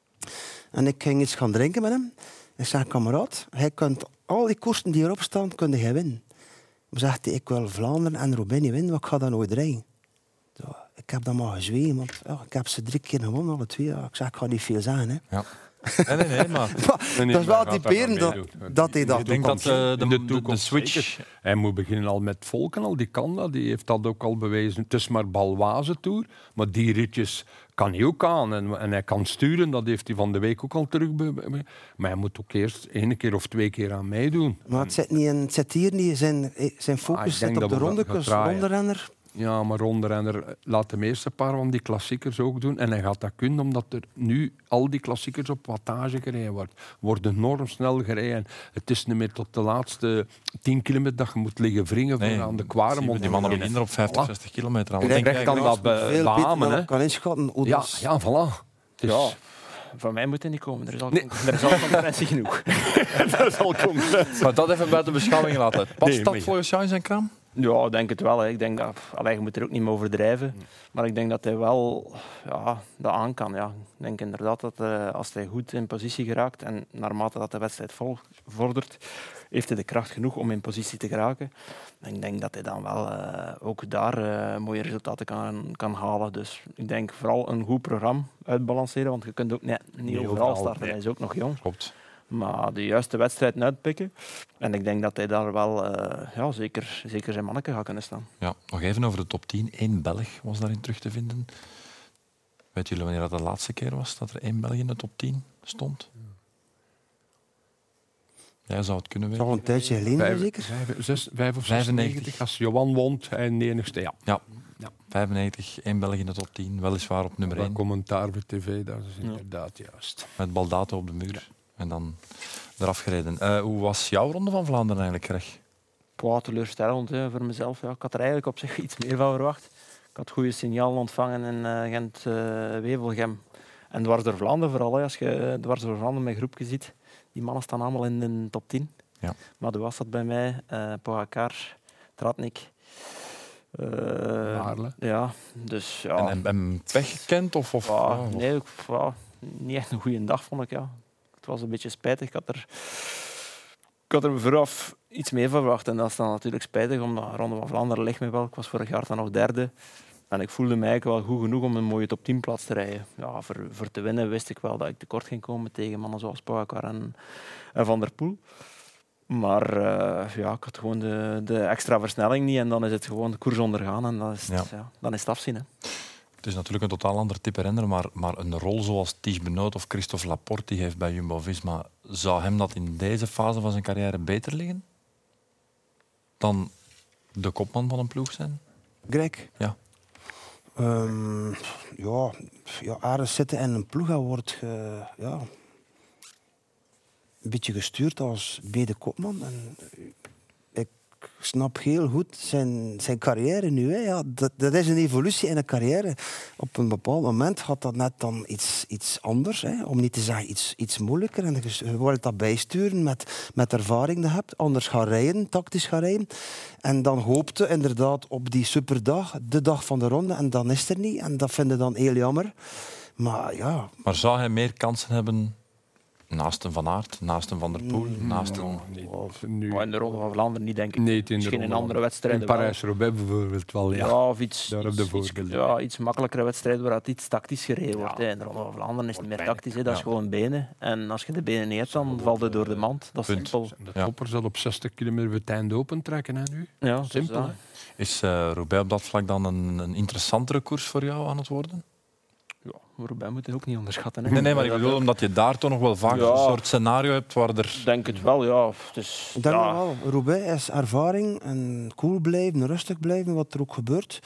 Speaker 3: En ik ging iets gaan drinken met hem. Ik zei, kameraad, hij kunt al die koersen die erop staan, kun je winnen. Maar zegt hij, ik wil Vlaanderen en Roubaix winnen, maar ik ga dat nooit rijden. Zo, ik heb dat maar gezwegen, want ja, ik heb ze drie keer gewonnen, alle twee. Ja, ik zeg, ik ga niet veel zeggen. Hè.
Speaker 2: Ja. Nee, nee, nee, maar...
Speaker 3: maar dat is wel typerend dat, dat hij dat
Speaker 2: Ik denk dat uh, de, de, de, de switch...
Speaker 4: Hij moet beginnen al met Volken, al, die kan dat. Die heeft dat ook al bewezen. Het is maar Balwaze Tour, maar die ritjes kan hij ook aan. En, en hij kan sturen, dat heeft hij van de week ook al terug. Be- maar hij moet ook eerst één keer of twee keer aan meedoen.
Speaker 3: Maar het zit, niet in, het zit hier niet, zijn, zijn focus ah, zit op de rondekurs, ronderenner.
Speaker 4: Ja, maar rondrenner laat de meeste paar van die klassiekers ook doen. En hij gaat dat kunnen, omdat er nu al die klassiekers op wattage gereden wordt. Worden enorm snel gereden. Het is niet meer tot de laatste tien kilometer dat je moet liggen wringen nee, voor aan de Kwaremont.
Speaker 2: Die mannen minder op vijftig, zestig kilometer. Al.
Speaker 4: Ik denk dat kan dat be- beamen. Hè.
Speaker 3: Kan inschatten.
Speaker 4: Ja, dus... ja, voilà. Dus...
Speaker 5: Ja. Van mij moet hij niet komen. Er is al, nee. er is al concurrentie genoeg.
Speaker 2: Er is al concurrentie. Maar dat even buiten beschouwing laten. Past nee, dat maar... volgens jou in zijn kraam?
Speaker 5: Ja, ik denk het wel. Hè. Ik denk dat, allee, je moet er ook niet mee overdrijven. Maar ik denk dat hij wel ja, dat aan kan. Ja. Ik denk inderdaad dat uh, als hij goed in positie geraakt en naarmate dat de wedstrijd volgt, vordert, heeft hij de kracht genoeg om in positie te geraken. En ik denk dat hij dan wel uh, ook daar uh, mooie resultaten kan, kan halen. Dus ik denk vooral een goed programma uitbalanceren, want je kunt ook niet, niet nee, overal starten. Nee. Hij is ook nog jong.
Speaker 2: Klopt.
Speaker 5: Maar de juiste wedstrijd uitpikken. En ik denk dat hij daar wel uh, ja, zeker, zeker zijn manneke gaat kunnen staan.
Speaker 2: Ja, nog even over de top tien. Eén Belg was daarin terug te vinden. Weet jullie wanneer dat de laatste keer was dat er één Belg in de top tien stond? Jij zou het kunnen weten.
Speaker 3: Nog een tijdje geleden, zeker?
Speaker 4: Vijf, zes, vijf of zesennegentig. Als Johan won, hij de enigste. Ja.
Speaker 2: Ja. Ja. vijfennegentig, één Belg in de top tien. Weliswaar op nummer één.
Speaker 4: Commentaar voor tv, dat is inderdaad ja. juist.
Speaker 2: Met Baldato op de muur. Ja. En dan eraf gereden. Uh, hoe was jouw Ronde van Vlaanderen eigenlijk, Greg?
Speaker 5: Wow, teleurstellend hè, voor mezelf. Ja. Ik had er eigenlijk op zich iets meer van verwacht. Ik had goede signalen ontvangen in uh, Gent-Wevelgem. Uh, en dwars door Vlaanderen vooral. Hè. Als je dwars door Vlaanderen met groepje ziet, die mannen staan allemaal in de top tien.
Speaker 2: Ja.
Speaker 5: Maar er was dat bij mij, uh, Pogačar, Tratnik.
Speaker 4: Uh,
Speaker 5: ja, dus ja.
Speaker 2: En, en, en pech gekend? Of, of,
Speaker 5: ja,
Speaker 2: ja, of?
Speaker 5: Nee, ja, niet echt een goede dag vond ik. Ja. Het was een beetje spijtig. Ik had er, ik had er vooraf iets meer van verwacht. En dat is dan natuurlijk spijtig, omdat de Ronde van Vlaanderen ligt me wel. Ik was vorig jaar dan nog derde. En ik voelde mij eigenlijk wel goed genoeg om een mooie top tien plaats te rijden. Ja, voor, voor te winnen wist ik wel dat ik tekort ging komen tegen mannen zoals Pogačar en, en Van der Poel. Maar uh, ja, ik had gewoon de, de extra versnelling niet en dan is het gewoon de koers ondergaan en dan is het, ja. Ja, dan is het afzien. Hè.
Speaker 2: Het is natuurlijk een totaal ander type renner, maar, maar een rol zoals Tige Benoot of Christophe Laporte die heeft bij Jumbo-Visma zou hem dat in deze fase van zijn carrière beter liggen dan de kopman van een ploeg zijn?
Speaker 3: Greg?
Speaker 2: Ja.
Speaker 3: Um, ja, ja, ergens zitten in een ploeg wordt ge, ja, een beetje gestuurd als mede-kopman. En ik snap heel goed zijn, zijn carrière nu. Hè. Ja, dat, dat is een evolutie in een carrière. Op een bepaald moment gaat dat net dan iets, iets anders. Hè. Om niet te zeggen iets, iets moeilijker. En je wilt dat bijsturen met, met ervaring die je hebt. Anders gaan rijden, tactisch gaan rijden. En dan hoopte inderdaad op die superdag, de dag van de ronde. En dan is er niet. En dat vind ik dan heel jammer. Maar ja...
Speaker 2: Maar zou hij meer kansen hebben... Naast een Van Aert, naast een Van der Poel, mm, naast een...
Speaker 5: Nee, nu... oh, in de Ronde van Vlaanderen niet, denk ik.
Speaker 4: Nee, in
Speaker 5: Misschien in andere wedstrijden.
Speaker 4: In Parijs-Roubaix bijvoorbeeld wel, ja.
Speaker 5: Ja, of iets,
Speaker 4: Daar
Speaker 5: iets, iets, ja, iets makkelijkere wedstrijden waar het iets tactisch gereden wordt. Ja. In de Ronde van Vlaanderen is het niet meer tactisch, hè. Dat is ja. gewoon benen. En als je de benen niet hebt, dan valt het door de mand. Dat is
Speaker 2: Punt.
Speaker 5: simpel.
Speaker 4: De topper zal op zestig kilometer het einde open trekken, hè, nu.
Speaker 5: Ja,
Speaker 2: simpel. Is, is uh, Roubaix op dat vlak dan een, een interessantere koers voor jou aan het worden?
Speaker 5: Ja, Roubaix moet je ook niet onderschatten. Hè.
Speaker 2: Nee, nee, maar ik bedoel omdat je daar toch nog wel vaak ja, een soort scenario hebt waar er...
Speaker 5: Ik denk het wel, ja. Dus,
Speaker 3: ik denk
Speaker 5: ja.
Speaker 3: wel. Roubaix is ervaring en cool blijven, rustig blijven, wat er ook gebeurt.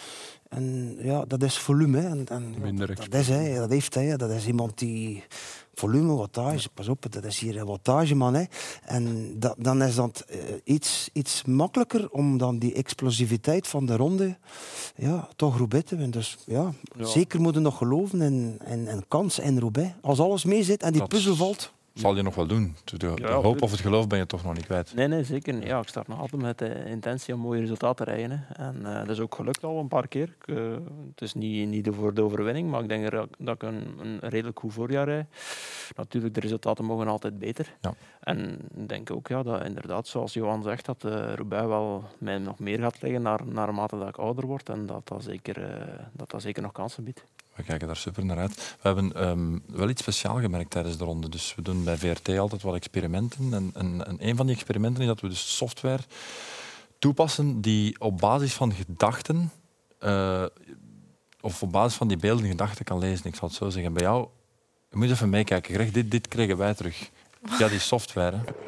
Speaker 3: En ja, dat is volume. Hè. En, en, ja, dat, is, hè, dat heeft hij. Dat is iemand die... Volume, wattage, pas op, dat is hier een wattageman. Hè. En dat, dan is dat uh, iets, iets makkelijker om dan die explosiviteit van de ronde ja, toch Roubaix te winnen. Dus ja, ja. zeker moeten nog geloven in een kans in Roubaix. Als alles mee zit en die dat puzzel valt...
Speaker 2: Zal je nog wel doen. De, de ja, hoop of het geloof ben je toch nog niet kwijt.
Speaker 5: Nee, nee zeker niet. Ja, ik start nog altijd met de intentie om mooie resultaten te rijden. Hè. En uh, dat is ook gelukt al een paar keer. Ik, uh, het is niet, niet voor de overwinning, maar ik denk er, dat ik een, een redelijk goed voorjaar rijd. Natuurlijk, de resultaten mogen altijd beter.
Speaker 2: Ja.
Speaker 5: En ik denk ook ja, dat inderdaad, zoals Johan zegt, dat uh, Roubaix wel mij nog meer gaat liggen naar, naarmate dat ik ouder word. En dat dat zeker, uh, dat dat zeker nog kansen biedt.
Speaker 2: We kijken daar super naar uit. We hebben um, wel iets speciaals gemerkt tijdens de ronde. Dus we doen bij V R T altijd wat experimenten. En, en, en een van die experimenten is dat we dus software toepassen die op basis van gedachten, uh, of op basis van die beelden gedachten kan lezen. Ik zal het zo zeggen. Bij jou, je moet even meekijken. Greg, dit, dit kregen wij terug. Ja, die software. Hè.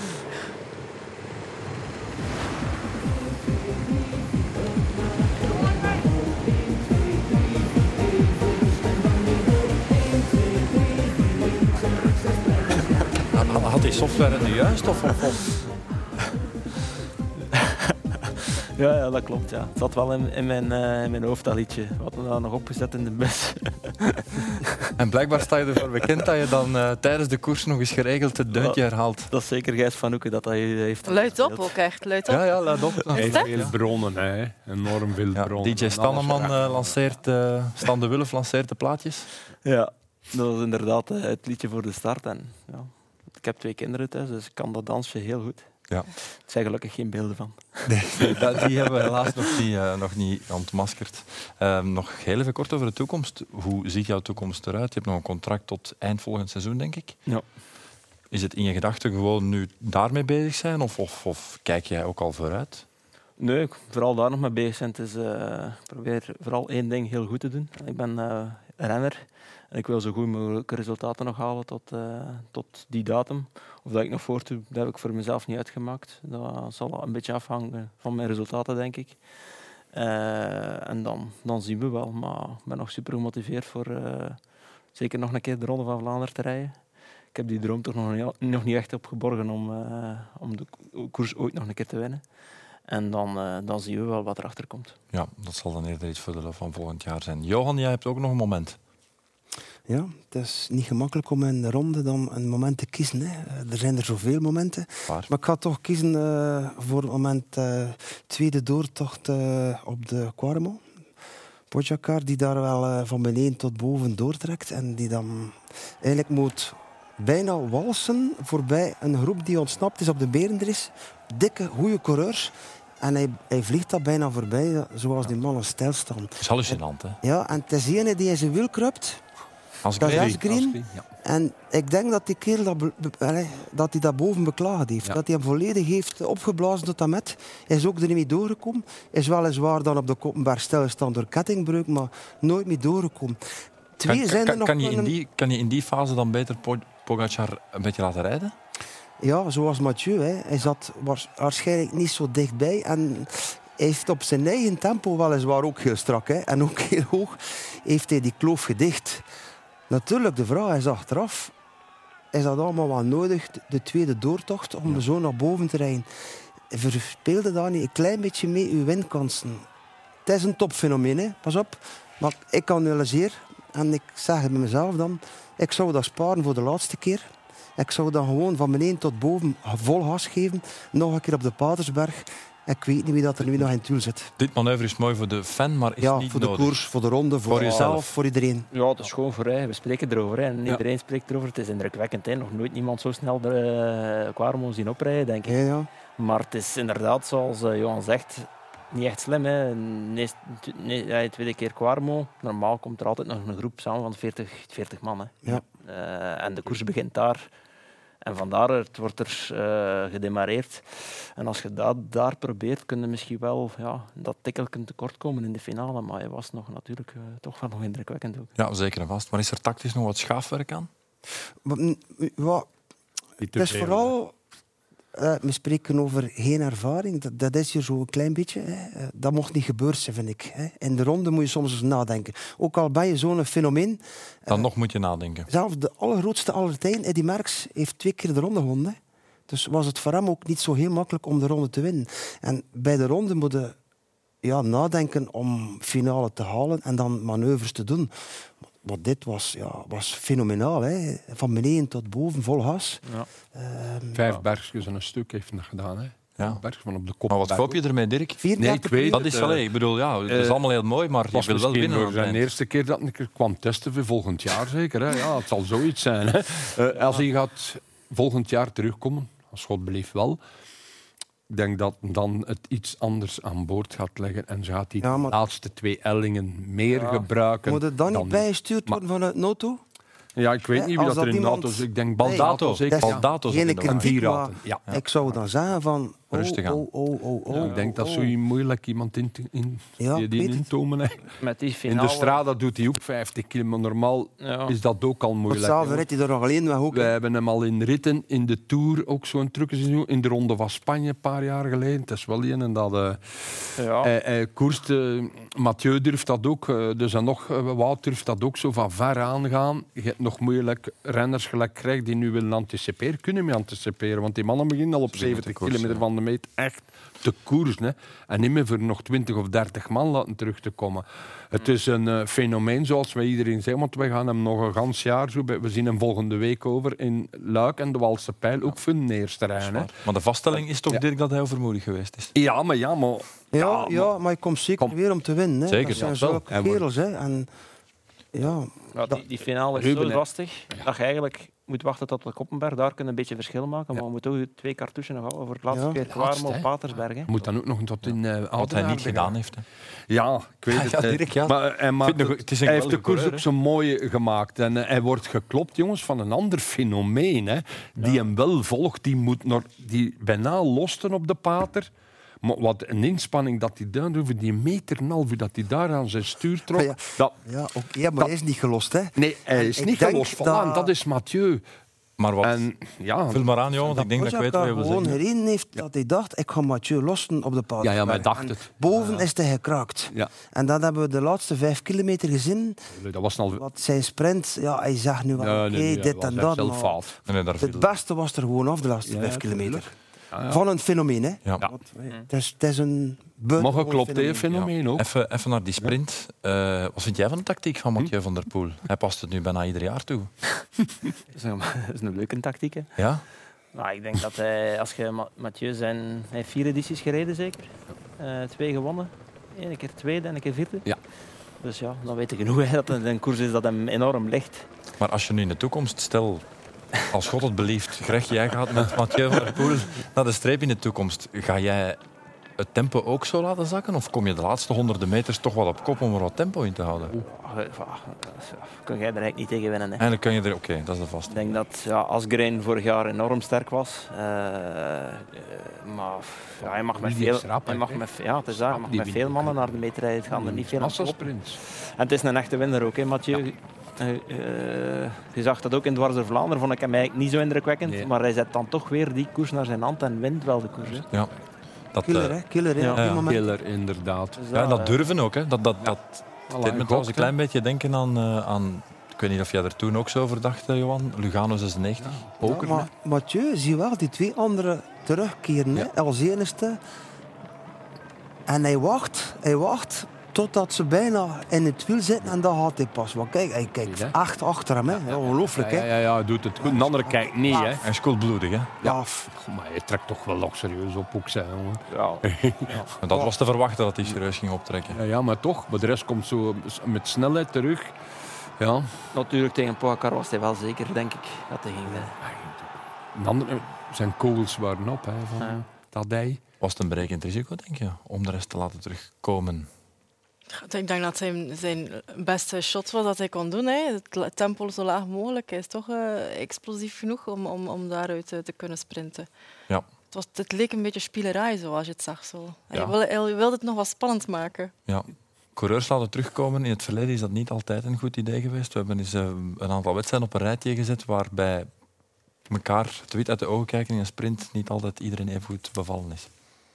Speaker 2: Had die software nu juist? Of, of, of?
Speaker 5: Ja, ja, dat klopt. Ja. Het zat wel in, in, mijn, uh, in mijn hoofd, dat liedje. We hadden dat nog opgezet in de bus.
Speaker 2: En blijkbaar sta je ervoor bekend dat je dan uh, tijdens de koers nog eens geregeld het deuntje herhaalt.
Speaker 5: Dat is zeker Gijs van Hoeken dat hij heeft.
Speaker 6: Luid op ook echt, luid op.
Speaker 2: Ja, ja, luid op.
Speaker 4: Heel veel bronnen, hè. Enorm veel ja, bronnen.
Speaker 2: D J Stanneman uh, lanceert, uh, Stan de Wulf lanceert de plaatjes.
Speaker 5: Ja, dat was inderdaad uh, het liedje voor de start. En, ja. Ik heb twee kinderen thuis, dus ik kan dat dansje heel goed.
Speaker 2: Ja.
Speaker 5: Er zijn gelukkig geen beelden van.
Speaker 2: Nee, die hebben we helaas nog niet, uh, nog niet ontmaskerd. Uh, nog heel even kort over de toekomst. Hoe ziet jouw toekomst eruit? Je hebt nog een contract tot eind volgend seizoen, denk ik.
Speaker 5: Ja.
Speaker 2: Is het in je gedachten gewoon nu daarmee bezig zijn? Of, of, of kijk jij ook al vooruit?
Speaker 5: Nee, ik vooral daar nog mee bezig zijn. Het is, uh, ik probeer vooral één ding heel goed te doen. Ik ben uh, renner. En ik wil zo goed mogelijke resultaten nog halen tot, uh, tot die datum. Of dat ik nog voortdoe, dat heb ik voor mezelf niet uitgemaakt. Dat zal een beetje afhangen van mijn resultaten, denk ik. Uh, en dan, dan zien we wel. Maar ik ben nog super gemotiveerd voor uh, zeker nog een keer de Ronde van Vlaanderen te rijden. Ik heb die droom toch nog niet, nog niet echt opgeborgen om, uh, om de koers ooit nog een keer te winnen. En dan, uh, dan zien we wel wat erachter komt.
Speaker 2: Ja, dat zal dan eerder iets voor de loop van volgend jaar zijn. Johan, jij hebt ook nog een moment.
Speaker 3: Ja, het is niet gemakkelijk om in de ronde dan een moment te kiezen. Hè. Er zijn er zoveel momenten.
Speaker 2: Waar?
Speaker 3: Maar ik ga toch kiezen uh, voor het moment uh, tweede doortocht uh, op de Quaremo. Pogačar, die daar wel uh, van beneden tot boven doortrekt. En die dan eigenlijk moet bijna walsen voorbij een groep die ontsnapt is op de Berendries. Dikke, goede coureurs. En hij, hij vliegt dat bijna voorbij, zoals die mannen stilstaan.
Speaker 2: Dat is hallucinant, hè?
Speaker 3: Ja, en het is ene die in zijn wiel kruipt.
Speaker 2: Als
Speaker 3: dat is Asgreen. Ja. En ik denk dat die kerel dat, be, be, dat, die dat boven beklaagd heeft. Ja. Dat hij hem volledig heeft opgeblazen tot en met. Hij is ook er niet mee doorgekomen. Hij is weliswaar dan op de Koppenberg stilgestaan door kettingbreuk, maar nooit meer doorgekomen. Twee
Speaker 2: kan,
Speaker 3: zijn
Speaker 2: kan,
Speaker 3: er nog
Speaker 2: kan, je in die, kan je in die fase dan beter Pogačar een beetje laten rijden?
Speaker 3: ja, zoals Mathieu. Hè. Hij zat waarschijnlijk niet zo dichtbij. En hij heeft op zijn eigen tempo weliswaar ook heel strak. Hè. En ook heel hoog heeft hij die kloof gedicht. Natuurlijk, de vraag is achteraf. Is dat allemaal wel nodig, de tweede doortocht, om ja. zo naar boven te rijden? Verspeelde daar niet een klein beetje mee uw winkansen? Het is een topfenomeen, hè. Pas op. Maar ik analyseer, en ik zeg het bij mezelf dan, ik zou dat sparen voor de laatste keer. Ik zou dan gewoon van beneden tot boven vol gas geven. Nog een keer op de Patersberg. Ik weet niet wie dat er nu nog in het wiel zit.
Speaker 2: Dit manoeuvre is mooi voor de fan, maar is
Speaker 3: ja,
Speaker 2: niet
Speaker 3: voor de
Speaker 2: nodig.
Speaker 3: koers, voor de ronde, voor,
Speaker 2: voor jezelf,
Speaker 3: voor iedereen.
Speaker 5: Ja, het is gewoon voor hè. We spreken erover. Hè. En
Speaker 2: ja.
Speaker 5: iedereen spreekt erover. Het is indrukwekkend. Hè. Nog nooit niemand zo snel de uh, Quaremo zien oprijden, denk ik.
Speaker 3: Ja, ja.
Speaker 5: Maar het is inderdaad, zoals uh, Johan zegt, niet echt slim. Hè. Nee, nee, ja, tweede keer Quaremo. Normaal komt er altijd nog een groep samen van veertig, veertig man. Hè.
Speaker 3: Ja.
Speaker 5: Uh, en de koers begint daar. En vandaar, het wordt er uh, gedemareerd. En als je dat daar probeert, kun je misschien wel ja, dat tikkelken tekort komen in de finale. Maar hij was nog natuurlijk uh, toch wel nog indrukwekkend ook.
Speaker 2: Ja, zeker en vast. Maar is er tactisch nog wat schaafwerk aan?
Speaker 3: Wat? Het is vooral... Uh, we spreken over geen ervaring. Dat, dat is hier zo een klein beetje. Hè. Uh, dat mocht niet gebeurd zijn, vind ik. Hè. In de ronde moet je soms eens nadenken. Ook al ben je zo'n fenomeen.
Speaker 2: Dan
Speaker 3: uh,
Speaker 2: nog moet je nadenken.
Speaker 3: Zelfs de allergrootste aller tijden, Eddy Merckx, heeft twee keer de ronde gewonnen. Hè. Dus was het voor hem ook niet zo heel makkelijk om de ronde te winnen. En bij de ronde moet je ja, nadenken om finale te halen en dan manoeuvres te doen. Maar dit was, ja, was fenomenaal. Hè. Van beneden tot boven, vol gas.
Speaker 4: Ja.
Speaker 3: Um,
Speaker 4: Vijf
Speaker 3: ja.
Speaker 4: bergjes en een stuk heeft hij dat gedaan. Hè.
Speaker 2: Ja.
Speaker 4: Berg van op de kop.
Speaker 2: Maar wat koop je ermee, Dirk?
Speaker 4: Nee, ik weet
Speaker 2: dat is, allee, ik bedoel, ja, het is uh, allemaal heel mooi, maar je wil wel winnen.
Speaker 4: Het was de eerste keer dat ik kwam testen voor volgend jaar, zeker. Hè. Ja, het zal zoiets zijn. Hè. Uh, als hij gaat volgend jaar terugkomen, als God belieft wel, ik denk dat dan het iets anders aan boord gaat leggen en ze gaat die ja, maar... laatste twee ellingen meer ja. gebruiken.
Speaker 3: Moet het dan niet bijgestuurd worden vanuit Noto?
Speaker 4: Ja, ik weet niet wie dat er in iemand... Noto is. Ik denk
Speaker 2: Baldato.
Speaker 4: Nee,
Speaker 2: zeker. Baldato
Speaker 3: geen kritiek, maar
Speaker 4: ja.
Speaker 3: ik zou dan zeggen van... Oh,
Speaker 2: rustig aan.
Speaker 3: Oh, oh, oh, oh,
Speaker 4: ja, ik denk
Speaker 3: oh,
Speaker 4: dat zo moeilijk iemand in, in,
Speaker 3: ja,
Speaker 4: die, die intomen.
Speaker 5: Met die finale...
Speaker 4: In de Strada doet hij ook vijftig kilometer. Maar normaal ja. is dat ook al moeilijk.
Speaker 3: Hetzelfde rit hij er nog alleen weg ook.
Speaker 4: We hebben hem al in ritten, in de Tour, ook zo'n truc gezien. In de Ronde van Spanje een paar jaar geleden. Het is wel een en dat... Uh, ja. hij, hij koerst, uh, Mathieu durft dat ook. Uh, dus en nog, uh, Wout durft dat ook zo van ver aangaan. Je hebt nog moeilijk renners gelijk krijgt die nu willen anticiperen. Kunnen mee anticiperen. Want die mannen beginnen al op zeventig kilometer ja. van de meet echt te koersen. Hè. En niet meer voor nog twintig of dertig man laten terug te komen. Het is een uh, fenomeen, zoals wij iedereen zeggen, want wij gaan hem nog een gans jaar zo. We zien hem volgende week over in Luik en de Walse Pijl, ook voor een eerste rij.
Speaker 2: Maar de vaststelling is toch, ja. Dirk, dat hij overmoedig geweest is?
Speaker 4: Ja, maar ja, maar...
Speaker 3: Ja, ja, maar, ja, maar je komt zeker kom. weer om te winnen. Hè.
Speaker 2: Zeker,
Speaker 3: dat zijn
Speaker 2: ja,
Speaker 3: zulke kerels. Hè. En, ja,
Speaker 5: ja, die, die finale is Ruben, zo lastig ja. dat je eigenlijk moet wachten tot de Koppenberg. Daar kunnen een beetje verschil maken. Maar ja. we moeten ook twee cartouches nog houden voor het laatste ja. keer Quaremo op Patersberg. Hè.
Speaker 4: Moet dan ook nog tot in uh,
Speaker 2: wat hij niet gedaan heeft. Hè.
Speaker 4: Ja, ik weet het.
Speaker 2: Ja, Dirk, ja.
Speaker 4: Maar hij, maakt het, het is hij heeft de koers coureur, ook zo mooi gemaakt. En uh, hij wordt geklopt, jongens, van een ander fenomeen. Hè, die ja. hem wel volgt. Die moet nog, die bijna losten op de pater. Maar wat een inspanning dat hij daar over die meter en een half dat hij daar aan zijn stuur trok. Ja, dat,
Speaker 3: ja, okay, ja maar dat, hij is niet gelost, hè?
Speaker 4: Nee, hij is en niet gelost. Dat, voilà, dat is Mathieu.
Speaker 2: Maar wat?
Speaker 4: En, ja,
Speaker 2: vul maar aan, joh, want ik denk dat ik weet wat je wil zeggen.
Speaker 3: Gewoon herinnerd heeft ja. dat hij dacht, ik ga Mathieu lossen op de paard.
Speaker 4: Ja, ja, maar hij dacht het.
Speaker 3: Boven
Speaker 4: ja.
Speaker 3: is hij gekraakt.
Speaker 4: Ja.
Speaker 3: En dat hebben we de laatste vijf kilometer gezien.
Speaker 4: Dat was al...
Speaker 3: Wat zijn sprint, ja, hij zag nu wel,
Speaker 4: nee,
Speaker 3: oké,
Speaker 4: nee, nee,
Speaker 3: dit en dat.
Speaker 4: Zelf fout.
Speaker 2: Nee, nee,
Speaker 3: het beste was er gewoon af, de laatste ja, vijf kilometer. Ja, ja. Van een fenomeen, hè?
Speaker 2: Ja.
Speaker 3: Ja. Het, is, het is een
Speaker 4: maar geklopt, fenomeen, fenomeen ja. ook.
Speaker 2: Even, even naar die sprint. Uh, wat vind jij van de tactiek van Mathieu hm? van der Poel? Hij past het nu bijna ieder jaar toe.
Speaker 5: dat, is een, dat is een leuke tactiek, hè?
Speaker 2: Ja?
Speaker 5: Nou, ik denk dat hij, als je Mathieu zijn... Hij heeft vier edities gereden, zeker. Uh, twee gewonnen. Eén keer tweede en een keer vierde.
Speaker 4: Ja.
Speaker 5: Dus ja, dan weet je genoeg hè, dat het een koers is dat hem enorm ligt.
Speaker 2: Maar als je nu in de toekomst, stel... Als God het belieft, Greg, jij gaat met Mathieu van der Poel naar de streep in de toekomst. Ga jij het tempo ook zo laten zakken? Of kom je de laatste honderden meters toch wel op kop om er wat tempo in te houden?
Speaker 5: Oeh, kun jij er eigenlijk niet tegen winnen. Hè?
Speaker 2: Eigenlijk kun je er... Oké, okay, dat is de vast.
Speaker 5: Ik denk dat ja, Asgreen vorig jaar enorm sterk was. Uh, uh, maar ja, hij mag met veel...
Speaker 4: Rap,
Speaker 5: hij mag met, ja, het is daar, hij mag met veel mannen naar de meet rijden. Het gaan er niet veel aan op. En het is een echte winnaar ook, hè, Mathieu. Ja. Uh, uh, je zag dat ook in Dwars door Vlaanderen, vond ik hem eigenlijk niet zo indrukwekkend. Nee. Maar hij zet dan toch weer die koers naar zijn hand en wint wel de koers. Hè.
Speaker 2: Ja. Dat,
Speaker 3: killer, hè? Killer, hè?
Speaker 4: Ja,
Speaker 3: ja.
Speaker 4: killer, inderdaad.
Speaker 2: Dus dat, ja, dat durven ook. Hè. Dat, dat, dat ja. deed me trouwens een klein beetje denken aan, uh, aan... Ik weet niet of jij er toen ook zo over dacht, uh, Johan. Lugano zesennegentig. Ja. Poker,
Speaker 3: ja, maar Mathieu, zie je wel die twee anderen terugkeren. Ja. Hè? Als enigste. En hij wacht, hij wacht totdat ze bijna in het wiel zitten en dan gaat hij pas. Maar kijk, hij kijkt ja. echt achter hem. Hè. Ja, ongelooflijk.
Speaker 4: Ja, ja, ja, hij doet het goed. Een andere kijkt niet. Hè.
Speaker 2: Hij is koelbloedig. Hè?
Speaker 3: Ja.
Speaker 4: Ja. Maar hij trekt toch wel nog serieus op. Ook zijn,
Speaker 5: ja.
Speaker 2: ja. Dat was te verwachten dat hij serieus ging optrekken.
Speaker 4: Ja, ja, maar toch. Maar de rest komt zo met snelheid terug. Ja.
Speaker 5: Natuurlijk tegen Pogacar was hij wel zeker, denk ik, dat hij ging.
Speaker 4: Een andere, zijn kogels waren op. Hè, van ja. dat hij.
Speaker 2: Was het een berekend risico, denk je, om de rest te laten terugkomen?
Speaker 6: Ik denk dat zijn, zijn beste shot was dat hij kon doen. Hè. Het tempo zo laag mogelijk. Hij is toch uh, explosief genoeg om, om, om daaruit uh, te kunnen sprinten.
Speaker 2: Ja.
Speaker 6: Het, was, het leek een beetje spielerij, zoals je het zag. Zo.
Speaker 2: Ja.
Speaker 6: Hij, wilde, hij wilde het nog wat spannend maken.
Speaker 2: Ja. Coureurs laten terugkomen. In het verleden is dat niet altijd een goed idee geweest. We hebben eens uh, een aantal wedstrijden op een rijtje gezet waarbij elkaar te wit uit de ogen kijken in een sprint niet altijd iedereen even goed bevallen is.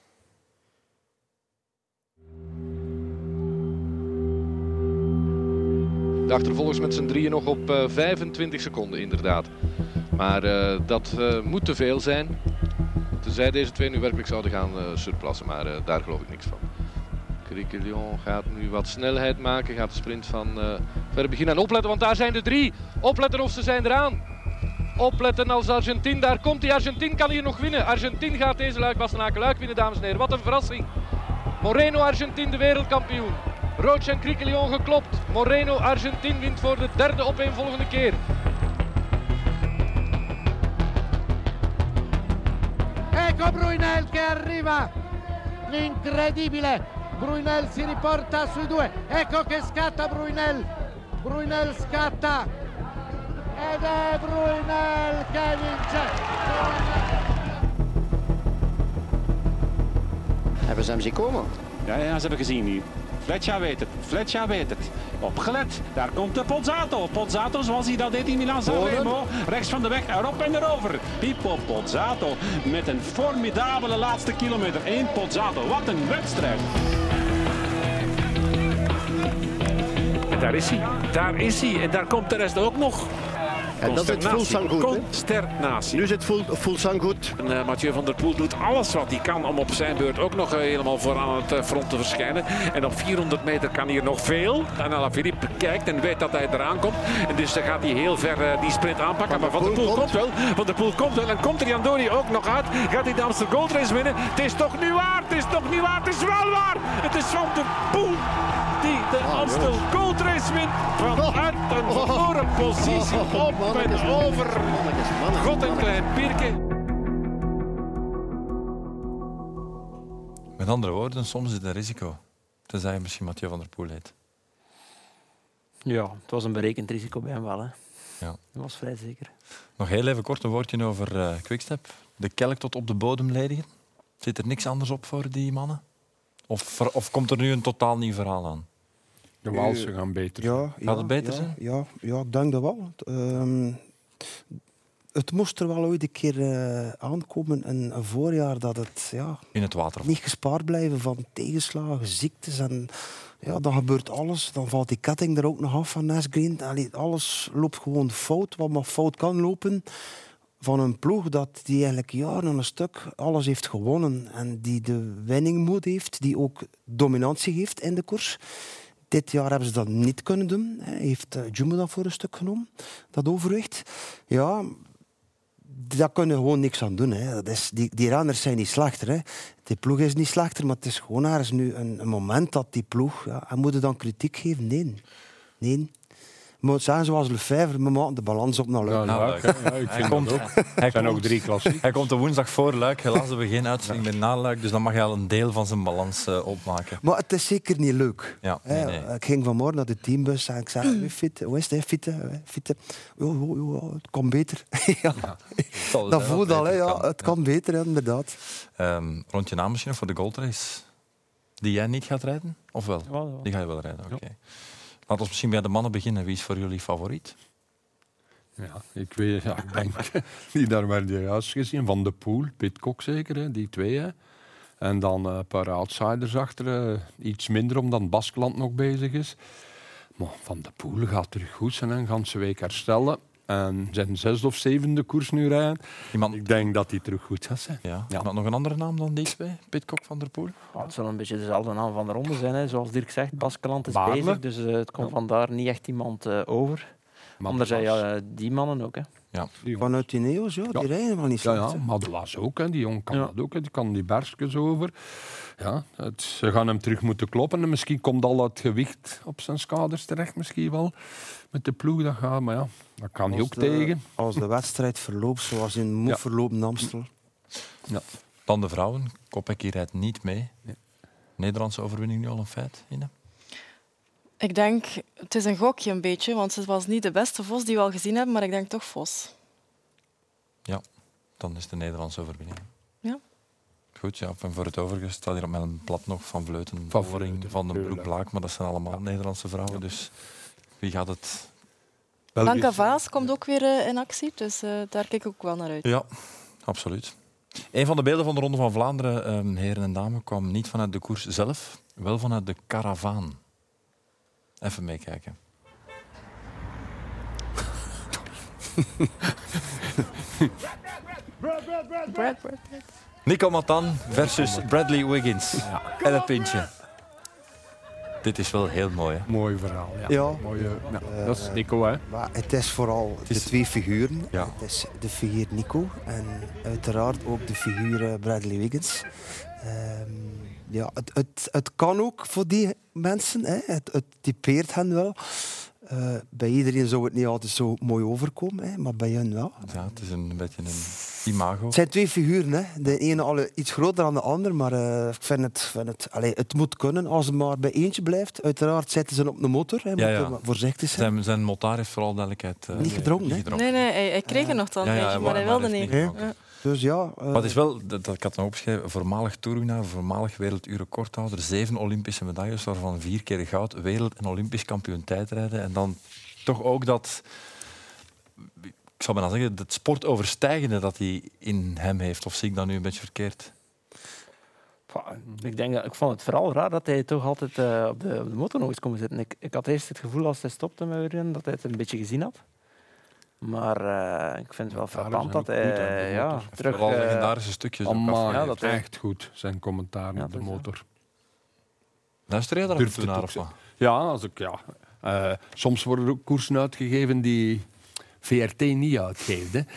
Speaker 11: De achtervolgers met z'n drieën nog op uh, vijfentwintig seconden inderdaad. Maar uh, dat uh, moet te veel zijn. Tenzij deze twee nu werkelijk zouden gaan uh, surplassen, maar uh, daar geloof ik niks van. Criquelion gaat nu wat snelheid maken, gaat de sprint van uh, ver beginnen. En opletten, want daar zijn de drie. Opletten of ze zijn eraan. Opletten als Argentin, daar komt hij. Argentin kan hier nog winnen. Argentin gaat deze Luik-Bastenaken-Luik winnen, dames en heren. Wat een verrassing. Moreno, Argentin, de wereldkampioen. Roach en Criquelion geklopt. Moreno, Argentin wint voor de derde opeenvolgende keer.
Speaker 12: Ecco Brunel che arriva. Incredibile. Brunel si riporta sui due. Ecco che scatta Brunel. Brunel scatta. Ed è Brunel che vince.
Speaker 13: Hebben ze hem zien komen?
Speaker 14: Ja, ja, ze hebben gezien nu. Fletcher weet het, Fletcher weet het. Opgelet, daar komt de Pozzato. Pozzato zoals hij dat deed in Milan-Sanremo. Rechts van de weg, erop en erover. Pippo Pozzato met een formidabele laatste kilometer. Eén Pozzato, wat een wedstrijd.
Speaker 15: En daar is hij, daar is hij. En daar komt de rest ook nog.
Speaker 13: En dat is het Fuglsang goed.
Speaker 15: Consternatie.
Speaker 13: Nu zit Fuglsang goed.
Speaker 15: En, uh, Mathieu van der Poel doet alles wat hij kan om op zijn beurt ook nog uh, helemaal vooraan het uh, front te verschijnen. En op vierhonderd meter kan hier nog veel. En Alaphilippe kijkt en weet dat hij eraan komt. En dus dan gaat hij heel ver uh, die sprint aanpakken. Van maar Van der Poel komt. komt wel. Van der Poel komt wel. En komt Riandoni ook nog uit. Gaat hij de Amstel Gold Race winnen? Het is toch niet waar. Het is toch niet waar. Het is wel waar. Het is Van der Poel die de Amstel Gold Race wint. Vanuit een verloren positie op en over. God en klein Pierke.
Speaker 2: Met andere woorden, soms is het een risico. Tenzij je misschien Mathieu van der Poel heet.
Speaker 5: Ja, het was een berekend risico bij hem wel. Hè.
Speaker 2: Ja.
Speaker 5: Dat was vrij zeker.
Speaker 2: Nog heel even kort een woordje over uh, Quickstep. De kelk tot op de bodem ledigen. Zit er niks anders op voor die mannen? Of, of komt er nu een totaal nieuw verhaal aan?
Speaker 4: De Walsen gaan beter.
Speaker 3: Ja,
Speaker 2: Gaat het beter
Speaker 3: ja,
Speaker 2: zijn?
Speaker 3: Ja, ja, ik denk dat wel. Um, het moest er wel ooit een keer uh, aankomen in een voorjaar dat het, ja,
Speaker 2: in het water
Speaker 3: niet gespaard blijven van tegenslagen, ziektes. En, ja, dan gebeurt alles. Dan valt die ketting er ook nog af van Asgreen. Allee, alles loopt gewoon fout, wat maar fout kan lopen. Van een ploeg dat die eigenlijk jaren aan een stuk alles heeft gewonnen en die de winningmoed heeft, die ook dominantie heeft in de koers. Dit jaar hebben ze dat niet kunnen doen. Hij heeft uh, Jumbo dat voor een stuk genomen, dat overwicht. Ja, daar kunnen we gewoon niks aan doen. Hè. Dat is, die, die renners zijn niet slechter. Hè. Die ploeg is niet slechter, maar het is gewoon ergens nu een, een moment dat die ploeg... Ja, en moet je dan kritiek geven? Nee. Nee. Je moet zeggen zoals Lefebvre, we maken de balans op naar Luik.
Speaker 4: Ja, Luik. Ja, ik vind hij komt, dat ook. Er zijn ook drie klassiek.
Speaker 2: Hij komt de woensdag voor Luik. Helaas hebben we geen uitzending meer na Luik, dus dan mag hij al een deel van zijn balans uh, opmaken.
Speaker 3: Maar het is zeker niet leuk.
Speaker 2: Ja, nee, nee.
Speaker 3: Ik ging vanmorgen naar de teambus en ik zei, wie fit? Hoe is het? Fitte? Fitte? Oh, oh, oh, het kan beter. ja. Ja, dat dat voelt al, ja, kan. Het kan ja. beter, inderdaad.
Speaker 2: Um, rond je naam misschien voor de Gold Race, die jij niet gaat rijden? Of wel?
Speaker 5: Ja, ja.
Speaker 2: Die ga je wel rijden, oké. Okay. Laten we misschien bij de mannen beginnen. Wie is voor jullie favoriet?
Speaker 4: Ja, ik weet, ja, ik denk, die daar werd je juist gezien. Van de Poel, Pidcock zeker, hè, die twee. Hè. En dan uh, een paar outsiders achter. Uh, iets minder omdat Baskeland nog bezig is. Maar Van de Poel gaat terug goed zijn en gaan ze week herstellen. En zijn zesde of zevende koers nu rijden.
Speaker 2: Iemand...
Speaker 4: Ik denk dat hij terug goed gaat zijn.
Speaker 2: Ja. Ja. Iemand nog een andere naam dan die twee? Pidcock, Van der Poel?
Speaker 5: Oh, het zal een beetje dezelfde naam van de ronde zijn. Hè. Zoals Dirk zegt, Baskeland is
Speaker 4: Baarle.
Speaker 5: bezig. Dus uh, het komt ja. vandaar niet echt iemand uh, over. Maar Anders zijn ja, die mannen ook. Hè.
Speaker 2: Ja.
Speaker 3: Vanuit die Neos, ja, die ja. rijden wel niet
Speaker 4: zo.
Speaker 3: Ja,
Speaker 4: ja, maar de was ook, hè. Die jongen kan ja. dat ook. Hè. Die kan die bergjes over. Ja, het, ze gaan hem terug moeten kloppen. En misschien komt al het gewicht op zijn schouders terecht. Misschien wel met de ploeg. Dat gaat, maar ja, dat kan hij ook
Speaker 3: de,
Speaker 4: tegen.
Speaker 3: Als de wedstrijd verloopt zoals in Moe ja. verlopen Amstel.
Speaker 2: Ja. Dan de vrouwen. Kopecky rijdt niet mee. Ja. Nederlandse overwinning nu al een feit, Ine?
Speaker 6: Ik denk, het is een gokje een beetje, want het was niet de beste Vos die we al gezien hebben, maar ik denk toch Vos.
Speaker 2: Ja, dan is de Nederlandse overwinning.
Speaker 6: Ja.
Speaker 2: Goed, ja, en voor het overige staat hier op mijn blad nog Van Vleuten, Van, Vleuten, van den Broek, Blaak, maar dat zijn allemaal ja. Nederlandse vrouwen, ja. dus wie gaat het...
Speaker 6: Blanca Vaas komt ook weer uh, in actie, dus uh, daar kijk ik ook wel naar uit.
Speaker 2: Ja, absoluut. Een van de beelden van de Ronde van Vlaanderen, um, heren en dames, kwam niet vanuit de koers zelf, wel vanuit de karavaan. Even meekijken. Nico Matan versus Bradley Wiggins. Ja. En een pintje. Dit is wel heel mooi, hè?
Speaker 4: Mooi verhaal, ja.
Speaker 3: ja.
Speaker 4: Mooie, ja. Uh, dat is Nico, hè?
Speaker 3: Maar het is vooral het is... de twee figuren.
Speaker 2: Ja.
Speaker 3: Het is de figuur Nico en uiteraard ook de figuur Bradley Wiggins. Um, ja, het, het, het kan ook voor die mensen, hè. Het, het typeert hen wel. Uh, bij iedereen zou het niet altijd zo mooi overkomen, hè, maar bij hen wel.
Speaker 2: Ja, het is een beetje een imago.
Speaker 3: Het zijn twee figuren, hè. De ene alle iets groter dan de ander, maar uh, ik vind het, vind het, allez, het moet kunnen als het maar bij eentje blijft. Uiteraard zetten ze op de motor, hè,
Speaker 2: ja, ja.
Speaker 3: moet voorzichtig zijn.
Speaker 2: Zijn, zijn motaar heeft vooral duidelijkheid uh,
Speaker 3: niet gedronken.
Speaker 2: Niet gedronken.
Speaker 6: Nee, nee, hij, hij kreeg er nog dan een ja, beetje, ja, maar hij wilde niet. niet.
Speaker 3: Ja. Ja. Dus ja, uh...
Speaker 2: Wat is wel, dat, dat ik had nog opgeschreven, voormalig toerwinnaar, voormalig werelduurrecordhouder, zeven Olympische medailles, waarvan vier keer goud, wereld- en Olympisch kampioen tijdrijden. En dan toch ook dat, ik zou bijna zeggen, het sportoverstijgende dat hij in hem heeft. Of zie ik dat nu een beetje verkeerd?
Speaker 5: Ik, denk dat, ik vond het vooral raar dat hij toch altijd uh, op, de, op de motor nog eens kon zitten. Ik, ik had eerst het gevoel als hij stopte met wielrennen dat hij het een beetje gezien had. Maar uh, ik vind het wel frappant dat hij... Goed, ja, terug...
Speaker 2: Vooral legendarische stukjes.
Speaker 4: Amai, ja, dat echt goed, zijn commentaar ja, op de motor.
Speaker 2: Luister je daar af en toe naar? Of wat?
Speaker 4: Ja, als ik... Ja. Uh, soms worden er ook koersen uitgegeven die V R T niet uitgeeft. Hè.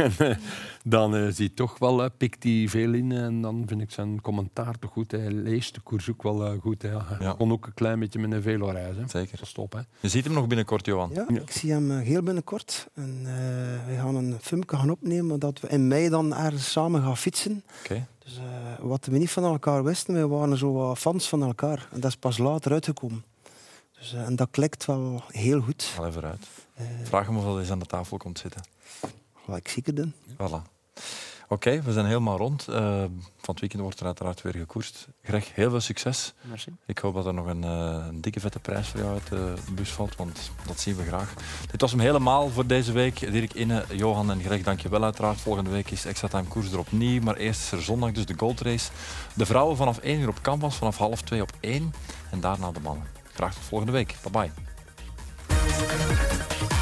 Speaker 4: Dan uh, zie je toch wel, uh, pikt hij veel in en dan vind ik zijn commentaar toch goed. Hij leest de koers ook wel uh, goed. Hè. Hij ja. kon ook een klein beetje met een velo reizen.
Speaker 2: Zeker.
Speaker 4: Stop, hè.
Speaker 2: Je ziet hem nog binnenkort, Johan.
Speaker 3: Ja, ja. Ik zie hem uh, heel binnenkort. En, uh, we gaan een filmpje gaan opnemen dat we in mei dan ergens samen gaan fietsen.
Speaker 2: Okay.
Speaker 3: Dus, uh, wat we niet van elkaar wisten, we waren zo fans van elkaar. En dat is pas later uitgekomen. Dus, uh, en dat klikt wel heel goed.
Speaker 2: Al even uit. Uh, Vraag hem of hij eens aan de tafel komt zitten.
Speaker 3: Ga ik zeker doen.
Speaker 2: Voilà. Oké, okay, we zijn helemaal rond. Uh, van het weekend wordt er uiteraard weer gekoerst. Greg, heel veel succes.
Speaker 5: Merci.
Speaker 2: Ik hoop dat er nog een, uh, een dikke vette prijs voor jou uit de bus valt, want dat zien we graag. Dit was hem helemaal voor deze week. Dirk, Inne, Johan en Greg, dank je wel uiteraard. Volgende week is Extra Time Koers er opnieuw, maar eerst is er zondag dus de Gold Race. De vrouwen vanaf één uur op Canvas, vanaf half twee op één en daarna de mannen. Graag tot volgende week. Bye bye.